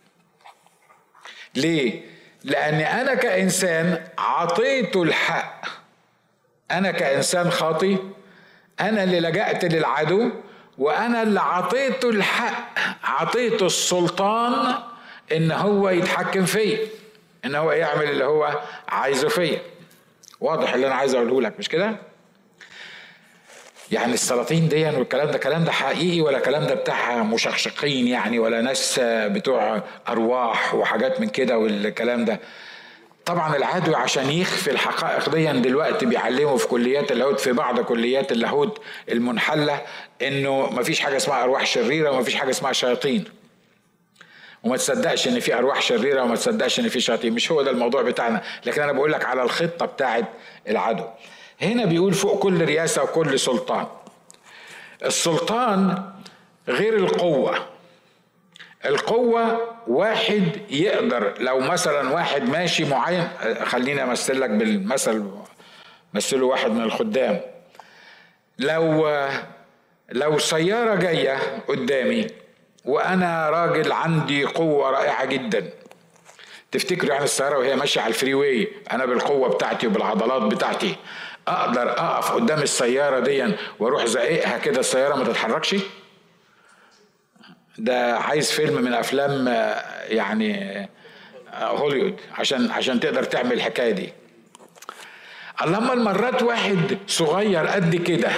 ليه؟ لان انا كإنسان عطيته الحق، انا كإنسان خاطي، انا اللي لجأت للعدو، وانا اللي عطيته الحق، عطيته السلطان ان هو يتحكم فيا، ان هو يعمل اللي هو عايزه فيا. واضح اللي انا عايز اقوله لك مش كده؟ يعني السلاطين دي والكلام ده كلام ده حقيقي ولا كلام ده بتاع مشخشقين يعني، ولا ناس بتوع ارواح وحاجات من كده والكلام ده؟ طبعا العدو عشان يخفي الحقائق دي دلوقتي بيعلموا في كليات اللاهوت، في بعض كليات اللاهوت المنحلة، انه مفيش حاجة اسمها ارواح شريرة ومفيش حاجة اسمها شياطين. وما تصدقش ان في ارواح شريره، وما تصدقش ان في شياطين. مش هو ده الموضوع بتاعنا، لكن انا بقول لك على الخطه بتاعت العدو. هنا بيقول فوق كل رياسه وكل سلطان. السلطان غير القوه. القوه واحد يقدر، لو مثلا واحد ماشي معين، خليني امثل لك بالمثل، مثله واحد من الخدام. لو لو سياره جايه قدامي وانا راجل عندي قوه رائعه جدا، تفتكروا يعني السياره وهي ماشيه على الفري واي انا بالقوه بتاعتي وبالعضلات بتاعتي اقدر اقف قدام السياره دي واروح زقيقها كده السياره ما تتحركش؟ ده عايز فيلم من افلام يعني هوليوود عشان عشان تقدر تعمل الحكايه دي. اللهم المرات واحد صغير قد كده،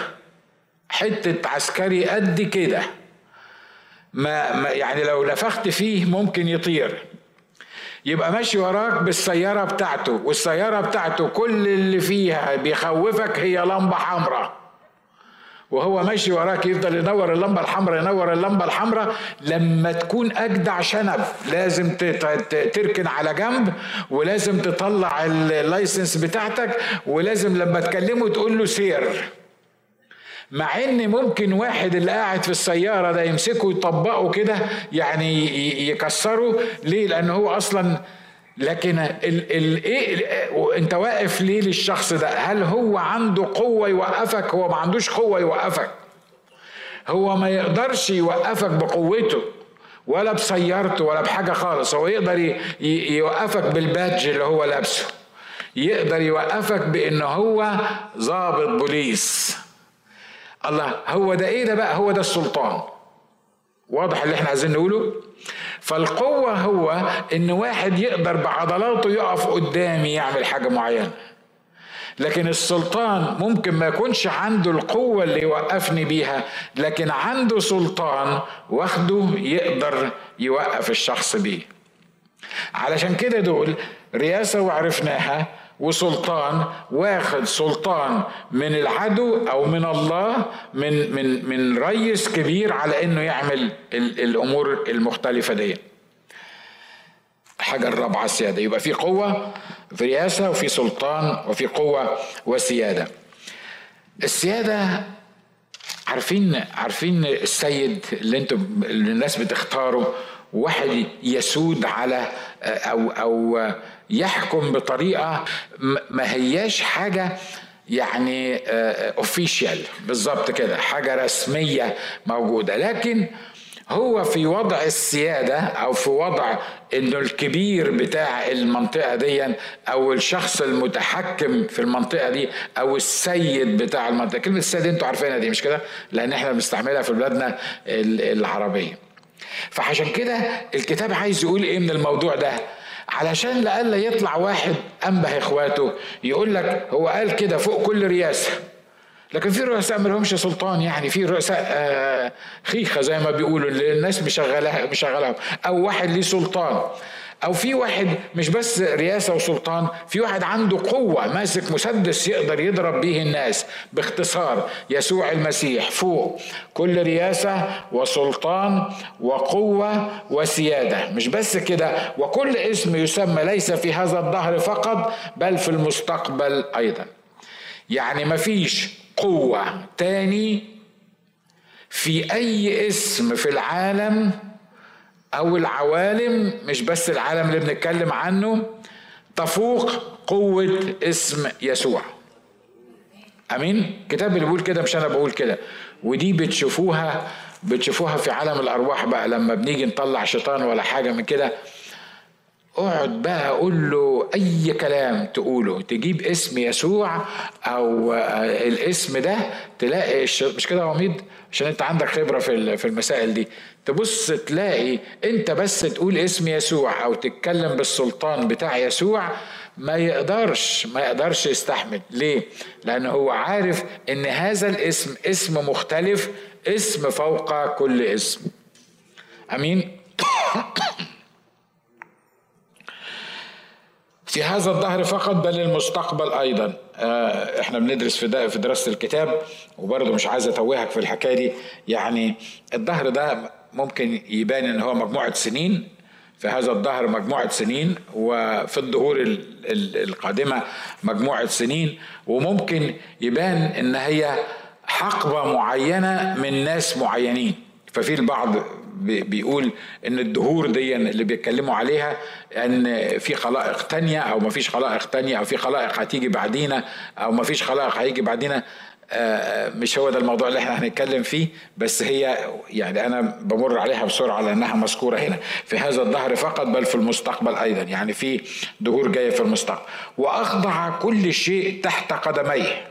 حته عسكري قد كده، ما يعني لو نفخت فيه ممكن يطير، يبقى ماشي وراك بالسيارة بتاعته، والسيارة بتاعته كل اللي فيها بيخوفك هي لمبة حمراء، وهو ماشي وراك يفضل ينور اللمبة الحمراء ينور اللمبة الحمراء. لما تكون أجدع شنب لازم تركن على جنب، ولازم تطلع اللايسنس بتاعتك، ولازم لما تكلمه تقول له سير. مع ان ممكن واحد اللي قاعد في السيارة ده يمسكه ويطبقه كده، يعني يكسره. ليه؟ لانه هو اصلا، لكن ال ال ايه انت واقف ليه للشخص ده؟ هل هو عنده قوة يوقفك؟ هو ما عندوش قوة يوقفك. هو ما يقدرش يوقفك بقوته ولا بسيارته ولا بحاجة خالص. هو يقدر يوقفك بالبادج اللي هو لابسه، يقدر يوقفك بانه هو ضابط بوليس. الله، هو ده ايه ده بقى؟ هو ده السلطان. واضح اللي احنا عايزين نقوله؟ فالقوة هو ان واحد يقدر بعضلاته يقف قدامي يعمل حاجة معينة، لكن السلطان ممكن ما يكونش عنده القوة اللي يوقفني بيها، لكن عنده سلطان واخده يقدر يوقف الشخص بيه. علشان كده دول رياسة وعرفناها، وسلطان واخد سلطان من العدو او من الله، من من من رئيس كبير على انه يعمل الامور المختلفه دي. الحاجه الرابعه السياده. يبقى في قوه، في رياسه، وفي سلطان، وفي قوه وسياده. السياده، عارفين عارفين السيد اللي انتم اللي الناس بتختاره، واحد يسود على او او يحكم بطريقه ما هياش حاجه يعني اوفيشال بالظبط كده، حاجه رسميه موجوده، لكن هو في وضع السياده او في وضع انه الكبير بتاع المنطقه دي او الشخص المتحكم في المنطقه دي او السيد بتاع المنطقه. كلمه السيد انتوا عارفينها دي مش كده؟ لان احنا بنستعملها في بلادنا العربيه. فعشان كده الكتاب عايز يقول ايه من الموضوع ده؟ علشان لألا يطلع واحد أنبه إخواته يقول لك هو قال كده فوق كل رياسة، لكن في رؤساء ما لهمش سلطان، يعني في رؤساء آه خيخة زي ما بيقولوا اللي الناس مشغلها مشغلهم، أو واحد ليه سلطان، أو في واحد مش بس رياسة وسلطان، في واحد عنده قوة ماسك مسدس يقدر يضرب به الناس. باختصار يسوع المسيح فوق كل رياسة وسلطان وقوة وسيادة. مش بس كده، وكل اسم يسمى ليس في هذا الدهر فقط بل في المستقبل أيضا. يعني مفيش قوة تاني في أي اسم في العالم أو العوالم، مش بس العالم اللي بنتكلم عنه، تفوق قوة اسم يسوع. أمين؟ الكتاب اللي بيقول كده، مش أنا بقول كده. ودي بتشوفوها بتشوفوها في عالم الأرواح بقى، لما بنيجي نطلع شيطان ولا حاجة من كده، اقعد بقى اقول له اي كلام تقوله، تجيب اسم يسوع او الاسم ده تلاقي مش كده يا عميد؟ عشان انت عندك خبرة في في المسائل دي. تبص تلاقي انت بس تقول اسم يسوع او تتكلم بالسلطان بتاع يسوع، ما يقدرش ما يقدرش يستحمل. ليه؟ لانه هو عارف ان هذا الاسم اسم مختلف، اسم فوق كل اسم. امين. في هذا الدهر فقط بل المستقبل ايضا. آه احنا بندرس في في دراسه الكتاب، وبرضه مش عايز اتوهك في الحكايه دي. يعني الدهر ده ممكن يبان ان هو مجموعه سنين، في هذا الدهر مجموعة سنين، وفي الدهور القادمة مجموعة سنين، وممكن يبان ان هي حقبة معينة من ناس معينين. ففي البعض بيقول ان الدهور دي اللي بيتكلموا عليها ان في خلائق تانية او ما فيش خلائق تانية، او في خلائق هتيجي بعدينا او ما فيش خلائق هيجي بعدينا. مش هو ده الموضوع اللي احنا هنتكلم فيه، بس هي يعني انا بمر عليها بسرعة لانها مذكورة هنا. في هذا الدهر فقط بل في المستقبل ايضا، يعني في دهور جاية في المستقبل. واخضع كل شيء تحت قدميه.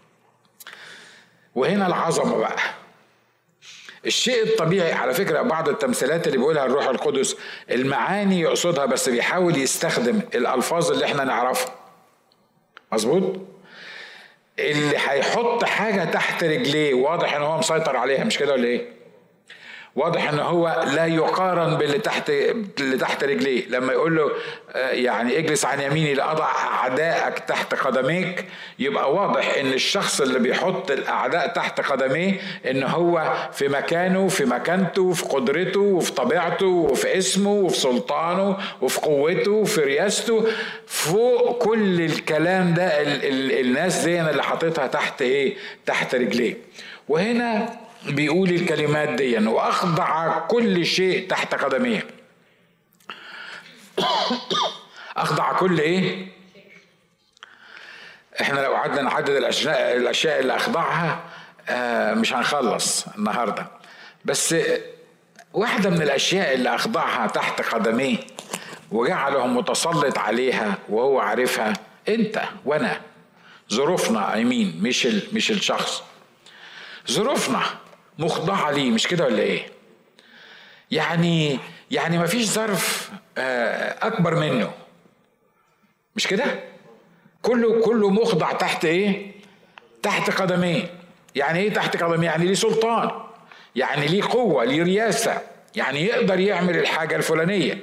وهنا العظمة بقى. الشيء الطبيعي على فكرة، بعض التمثيلات اللي بيقولها الروح القدس المعاني يقصدها، بس بيحاول يستخدم الألفاظ اللي احنا نعرفها. مظبوط؟ اللي هيحط حاجة تحت رجليه واضح ان هو مسيطر عليها، مش كده ولا ايه؟ واضح ان هو لا يقارن باللي تحت اللي تحت رجليه. لما يقول له يعني اجلس عن يميني لأضع أعدائك تحت قدميك، يبقى واضح ان الشخص اللي بيحط الأعداء تحت قدميه ان هو في مكانه، في مكانته، وفي قدرته، وفي طبيعته، وفي اسمه، وفي سلطانه، وفي قوته، وفي رياسته، فوق كل الكلام ده. ال ال الناس دي اللي حاططها تحت ايه؟ تحت رجليه. وهنا بيقول الكلمات دي: واخضع كل شيء تحت قدميه. اخضع كل ايه؟ احنا لو قعدنا نعدد الاشياء الاشياء اللي اخضعها آه مش هنخلص النهارده. بس واحده من الاشياء اللي اخضعها تحت قدميه وجعله متسلط عليها وهو عارفها، انت وانا. ظروفنا ايمين، مش مش الشخص. ظروفنا مخضعة ليه، مش كده ولا ايه؟ يعني يعني ما فيش ظرف اكبر منه، مش كده؟ كله كله مخضع تحت ايه؟ تحت قدميه. يعني ايه تحت قدميه؟ يعني ليه سلطان، يعني ليه قوة، ليه رياسة، يعني يقدر يعمل الحاجة الفلانية.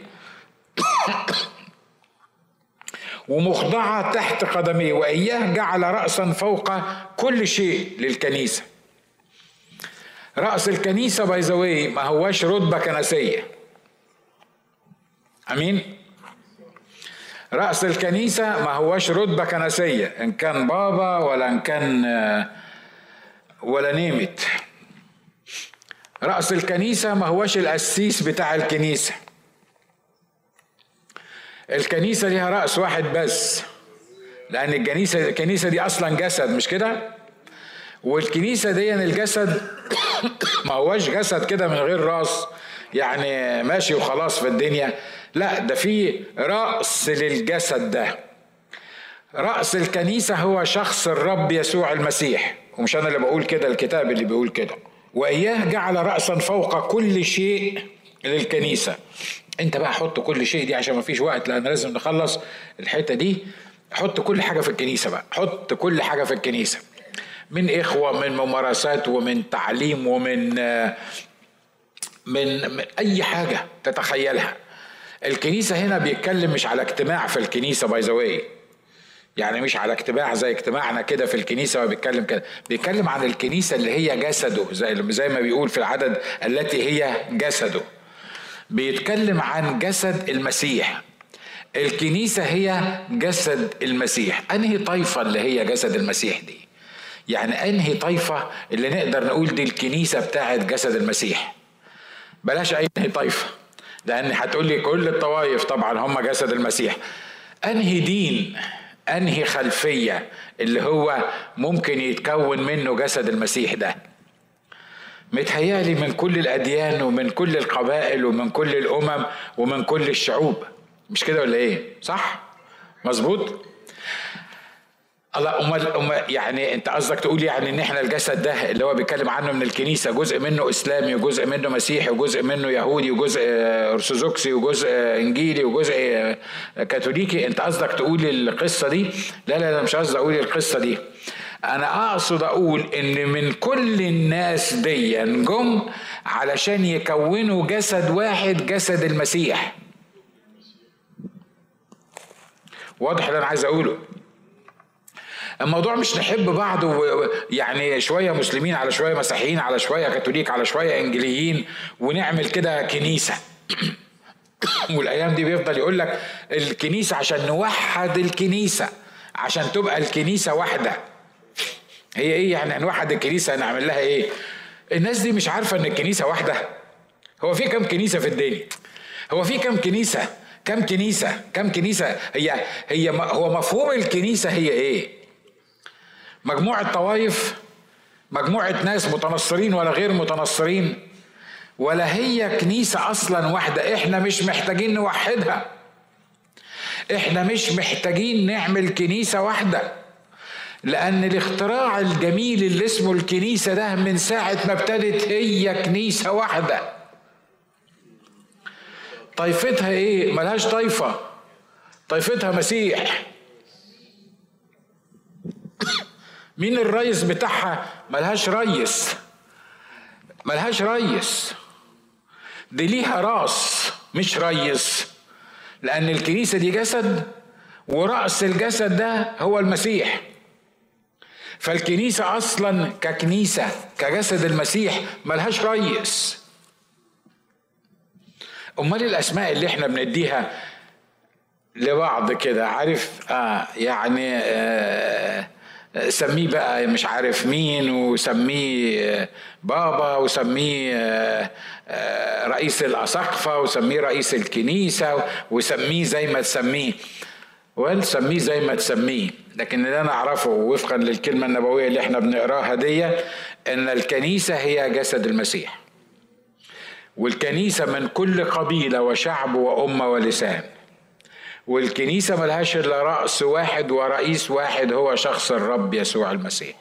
ومخضعة تحت قدميه. وإياه جعل رأسا فوق كل شيء للكنيسة. رأس الكنيسة باي ذا واي ما هواش رتبة كنسية. أمين؟ رأس الكنيسة ما هواش رتبة كنسية، إن كان بابا ولا إن كان ولا نيمت. رأس الكنيسة ما هواش القسيس بتاع الكنيسة. الكنيسة ليها رأس واحد بس، لأن الكنيسة الكنيسة دي أصلا جسد، مش كده؟ والكنيسة دي الجسد ما هواش جسد كده من غير راس، يعني ماشي وخلاص في الدنيا. لا، ده في رأس للجسد ده. رأس الكنيسة هو شخص الرب يسوع المسيح، ومش أنا اللي بقول كده، الكتاب اللي بيقول كده. وإياه جعل رأسا فوق كل شيء للكنيسة. انت بقى حط كل شيء دي عشان ما فيش وقت، لأن لازم نخلص الحتة دي. حط كل حاجة في الكنيسة بقى، حط كل حاجة في الكنيسة، من إخوة، من ممارسات، ومن تعليم، ومن من, من أي حاجة تتخيلها. الكنيسة هنا بيتكلم مش على اجتماع في الكنيسة باي ذا واي، يعني مش على اجتماع زي اجتماعنا كده في الكنيسة وبيتكلم كده. بيتكلم عن الكنيسة اللي هي جسده، زي, زي ما بيقول في العدد التي هي جسده. بيتكلم عن جسد المسيح. الكنيسة هي جسد المسيح. أنهي طائفة اللي هي جسد المسيح دي؟ يعني أنهي طائفة اللي نقدر نقول دي الكنيسة بتاعت جسد المسيح؟ بلاش أي طائفة، لأن هتقول لي كل الطوائف طبعا هم جسد المسيح. أنهي دين، أنهي خلفية اللي هو ممكن يتكون منه جسد المسيح ده؟ متهيالي من كل الأديان ومن كل القبائل ومن كل الأمم ومن كل الشعوب، مش كده ولا إيه؟ صح؟ مظبوط؟ الله. أمال أمال يعني أنت قصدك تقول يعني إن إحنا الجسد ده اللي هو بيتكلم عنه من الكنيسة جزء منه إسلامي وجزء منه مسيحي وجزء منه يهودي وجزء أرثوذكسي وجزء إنجيلي وجزء كاثوليكي؟ أنت قصدك تقول القصة دي؟ لا لا لا، مش قصدي أقول القصة دي. أنا أقصد أقول إن من كل الناس دي جم علشان يكونوا جسد واحد، جسد المسيح. واضح اللي أنا عايز أقوله؟ الموضوع مش نحب بعض يعني شوية مسلمين على شوية مسيحيين على شوية كاثوليك على شوية إنجيليين ونعمل كده كنيسة. والايام دي بيفضل يقول لك الكنيسه عشان نوحد الكنيسه، عشان تبقى الكنيسه واحده. هي ايه يعني نوحد الكنيسه؟ نعمل لها ايه؟ الناس دي مش عارفه ان الكنيسه واحده. هو في كم كنيسه في الدنيا؟ هو في كم كنيسه؟ كم كنيسه؟ كم كنيسه؟ هي هي هو مفهوم الكنيسه هي ايه؟ مجموعه طوائف؟ مجموعه ناس متنصرين ولا غير متنصرين؟ ولا هي كنيسه اصلا واحده؟ احنا مش محتاجين نوحدها، احنا مش محتاجين نعمل كنيسه واحده، لأن الاختراع الجميل اللي اسمه الكنيسة ده من ساعة ما ابتدت هي كنيسة واحدة. طائفتها ايه؟ ملهاش طائفة، طائفتها مسيح. مين الرئيس بتاعها؟ ملهاش رئيس، ملهاش رئيس، دي ليها راس مش رئيس، لأن الكنيسة دي جسد ورأس الجسد ده هو المسيح. فالكنيسة أصلا ككنيسة كجسد المسيح ملهاش رئيس. أمال الأسماء اللي احنا بنديها لبعض كده، عارف آه يعني آه سميه بقى مش عارف مين، وسميه بابا، وسميه آه آه رئيس الأساقفة، وسميه رئيس الكنيسة، وسميه زي ما تسميه، وسميه زي ما تسميه. لكن اللي انا اعرفه وفقا للكلمه النبويه اللي احنا بنقراها دي، ان الكنيسه هي جسد المسيح، والكنيسه من كل قبيله وشعب وامه ولسان، والكنيسه ملهاش الا راس واحد ورئيس واحد هو شخص الرب يسوع المسيح.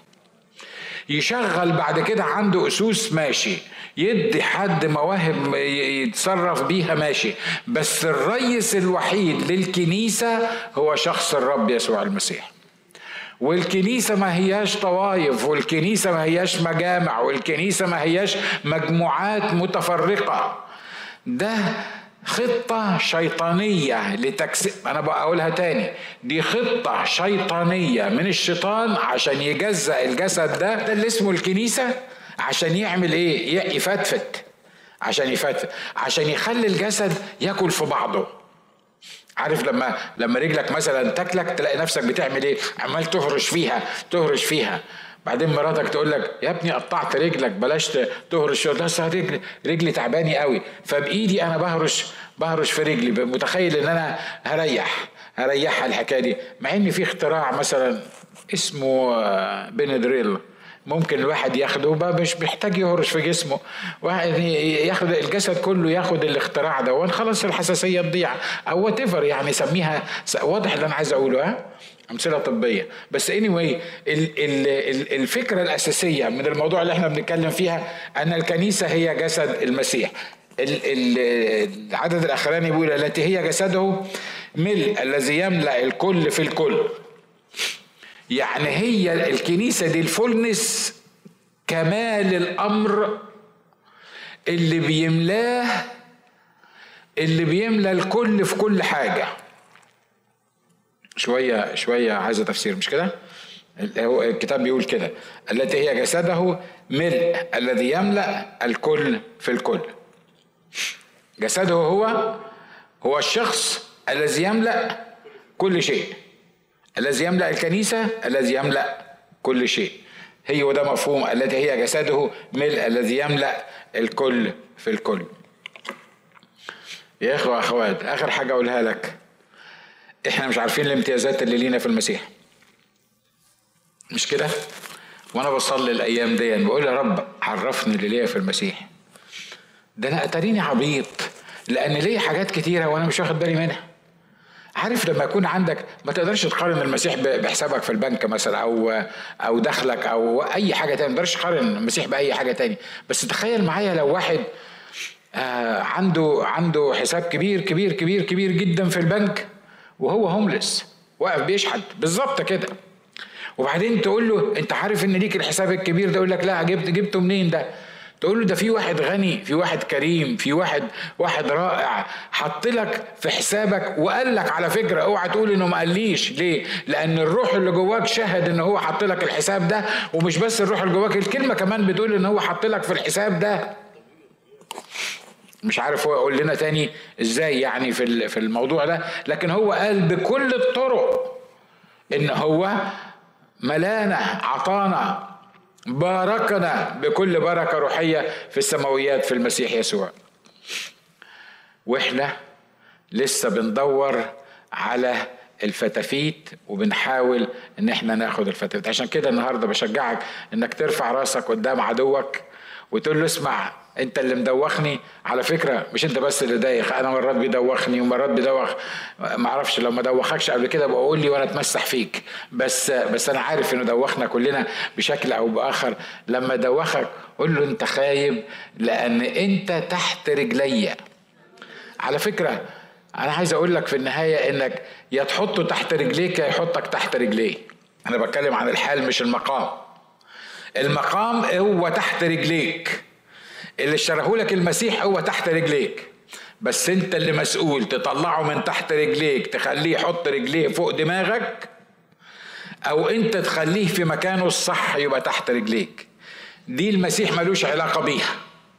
يشغل بعد كده عنده أسوس ماشي، يدي حد مواهب يتصرف بيها ماشي، بس الرئيس الوحيد للكنيسة هو شخص الرب يسوع المسيح. والكنيسة ما هياش طوائف، والكنيسة ما هياش مجامع، والكنيسة ما هياش مجموعات متفرقة. ده خطة شيطانية لتكسير، أنا بقولها تاني، دي خطة شيطانية من الشيطان عشان يجزأ الجسد ده ده اللي اسمه الكنيسة، عشان يعمل إيه؟ يفتفت، عشان يفتفت، عشان يخلي الجسد يأكل في بعضه. عارف لما لما رجلك مثلا تاكلك تلاقي نفسك بتعمل إيه؟ عمال تهرش فيها تهرش فيها، بعدين مراتك تقول لك يا ابني قطعت رجلك بلاش تهرش، لسه رجلي رجلي تعباني قوي، فبايدي انا بهرش بهرش في رجلي، متخيل ان انا هريح هريحها الحكايه دي. مع ان في اختراع مثلا اسمه بندريل، ممكن الواحد ياخده بقى مش محتاج يهرش في جسمه، واحد ياخد الجسد كله ياخد الاختراع ده وخلاص الحساسيه تضيع او وات ايفر، يعني سميها، واضح اللي انا عايز اقوله ها، امثله طبيه. بس anyway الفكره الاساسيه من الموضوع اللي احنا بنتكلم فيها ان الكنيسه هي جسد المسيح. العدد الاخراني بيقول التي هي جسده ملء الذي يملا الكل في الكل. يعني هي الكنيسه دي الفولنس، كمال الامر اللي بيملاه، اللي بيملى الكل في كل حاجه. شوية شوية عايزة تفسير مش كده؟ الكتاب بيقول كده التي هي جسده ملء الذي يملأ الكل في الكل. جسده هو هو الشخص الذي يملأ كل شيء، الذي يملأ الكنيسة، الذي يملأ كل شيء. هي وده مفهوم التي هي جسده ملء الذي يملأ الكل في الكل. يا اخوة اخوات، اخر حاجة اقولها لك، احنا مش عارفين الامتيازات اللي لينا في المسيح، مش كده؟ وانا بصلي الايام دي بقول يا رب عرفني اللي ليا في المسيح. ده انا اتريني عبيط، لان ليا حاجات كتيره وانا مش واخد بالي منها. عارف لما يكون عندك، ما تقدرش تقارن المسيح بحسابك في البنك مثلا او او دخلك او اي حاجه تانية، ما تقدرش تقارن المسيح باي حاجه تانية. بس تخيل معايا لو واحد آه عنده عنده حساب كبير كبير كبير كبير جدا في البنك وهو هوملس واقف بيشحت بالظبط كده، وبعدين تقول له انت عارف ان ليك الحساب الكبير ده؟ يقول لك لا، جبت جبته منين ده؟ تقول له ده في واحد غني، في واحد كريم، في واحد واحد رائع حط لك في حسابك وقال لك على فكره اوعى تقول انه ما قاليش. ليه؟ لان الروح اللي جواك شهد ان هو حط لك الحساب ده، ومش بس الروح اللي جواك، الكلمه كمان بتقول ان هو حط لك في الحساب ده. مش عارف هو يقول لنا تاني ازاي يعني في في الموضوع ده، لكن هو قال بكل الطرق ان هو ملانا، عطانا، باركنا بكل بركة روحية في السماويات في المسيح يسوع. واحنا لسه بندور على الفتافيت وبنحاول ان احنا ناخد الفتافيت. عشان كده النهارده بشجعك انك ترفع راسك قدام عدوك وتقول له اسمع، انت اللي مدوخني، على فكره مش انت بس اللي دايخ، انا مرات بيدوخني ومرات بيدوخ، ما اعرفش لو ما دوخكش قبل كده بقول لي وانا اتمسح فيك، بس بس انا عارف انه دوخنا كلنا بشكل او باخر. لما دوخك قول له انت خايب لان انت تحت رجليا. على فكره انا عايز اقول لك في النهايه انك يا تحطه تحت رجليك يا يحطك تحت رجليه. انا بتكلم عن الحال مش المقام. المقام هو تحت رجليك، اللي اشترهولك المسيح هو تحت رجليك، بس انت اللي مسؤول تطلعه من تحت رجليك تخليه يحط رجليه فوق دماغك، او انت تخليه في مكانه الصح يبقى تحت رجليك. دي المسيح ملوش علاقة بيها.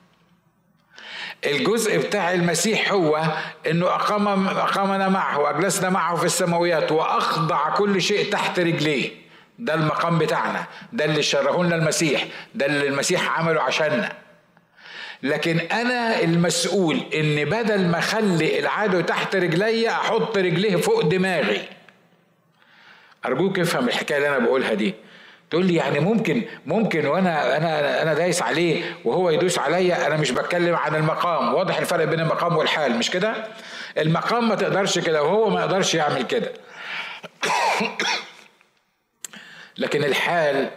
الجزء بتاع المسيح هو انه اقام اقامنا معه واجلسنا معه في السماويات واخضع كل شيء تحت رجليه. ده المقام بتاعنا، ده اللي شرحه لنا المسيح، ده اللي المسيح عمله عشاننا. لكن انا المسؤول ان بدل ما اخلي العدو تحت رجلي احط رجليه فوق دماغي. ارجوك افهم الحكايه اللي انا بقولها دي. تقول لي يعني ممكن ممكن وانا انا انا دايس عليه وهو يدوس عليا. انا مش بتكلم عن المقام، واضح الفرق بين المقام والحال مش كده؟ المقام ما تقدرش كده وهو ما يقدرش يعمل كده. لكن الحال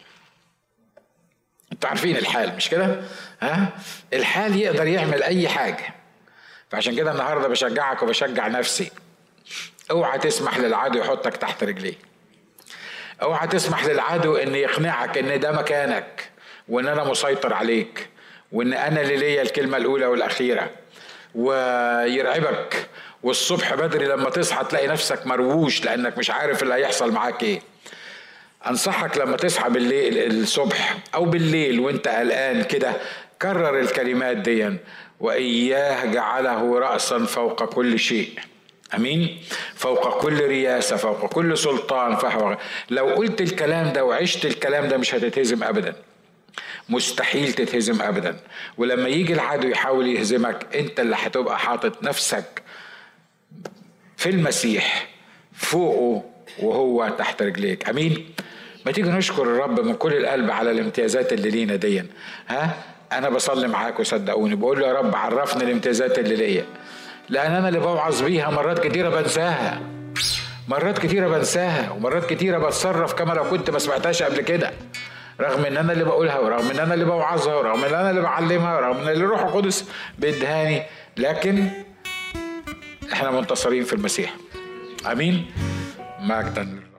انتوا عارفين الحال مش كده؟ ها؟ الحال يقدر يعمل اي حاجه. فعشان كده النهارده بشجعك وبشجع نفسي، اوعى تسمح للعدو يحطك تحت رجليه. اوعى تسمح للعدو ان يقنعك ان ده مكانك وان انا مسيطر عليك وان انا اللي ليا الكلمه الاولى والاخيره، ويرعبك والصبح بدري لما تصحى تلاقي نفسك مرووش لانك مش عارف اللي هيحصل معاك ايه. انصحك لما تصحى بالليل الصبح او بالليل وانت قلقان كده، كرر الكلمات دي: وإياه جعله رأسا فوق كل شيء. امين. فوق كل رياسة، فوق كل سلطان فهو. لو قلت الكلام ده وعشت الكلام ده مش هتتهزم ابدا، مستحيل تتهزم ابدا. ولما يجي العدو يحاول يهزمك انت اللي هتبقى حاطط نفسك في المسيح فوقه وهو تحت رجليك. امين. ما تيجي نشكر الرب من كل القلب على الامتيازات اللي لينا دي. ها انا بصلي معاك وصدقوني بقول له يا رب عرفني الامتيازات اللي ليا، لان انا اللي بوعظ بيها مرات كتيره بنساها، مرات كتيره بنساها ومرات كتيره بتصرف كما لو كنت ما سمعتهاش قبل كده، رغم ان انا اللي بقولها ورغم ان انا اللي بوعظها ورغم ان انا اللي بعلمها ورغم ان اللي الروح القدس بيدهاني، لكن احنا منتصرين في المسيح. امين. مجدا.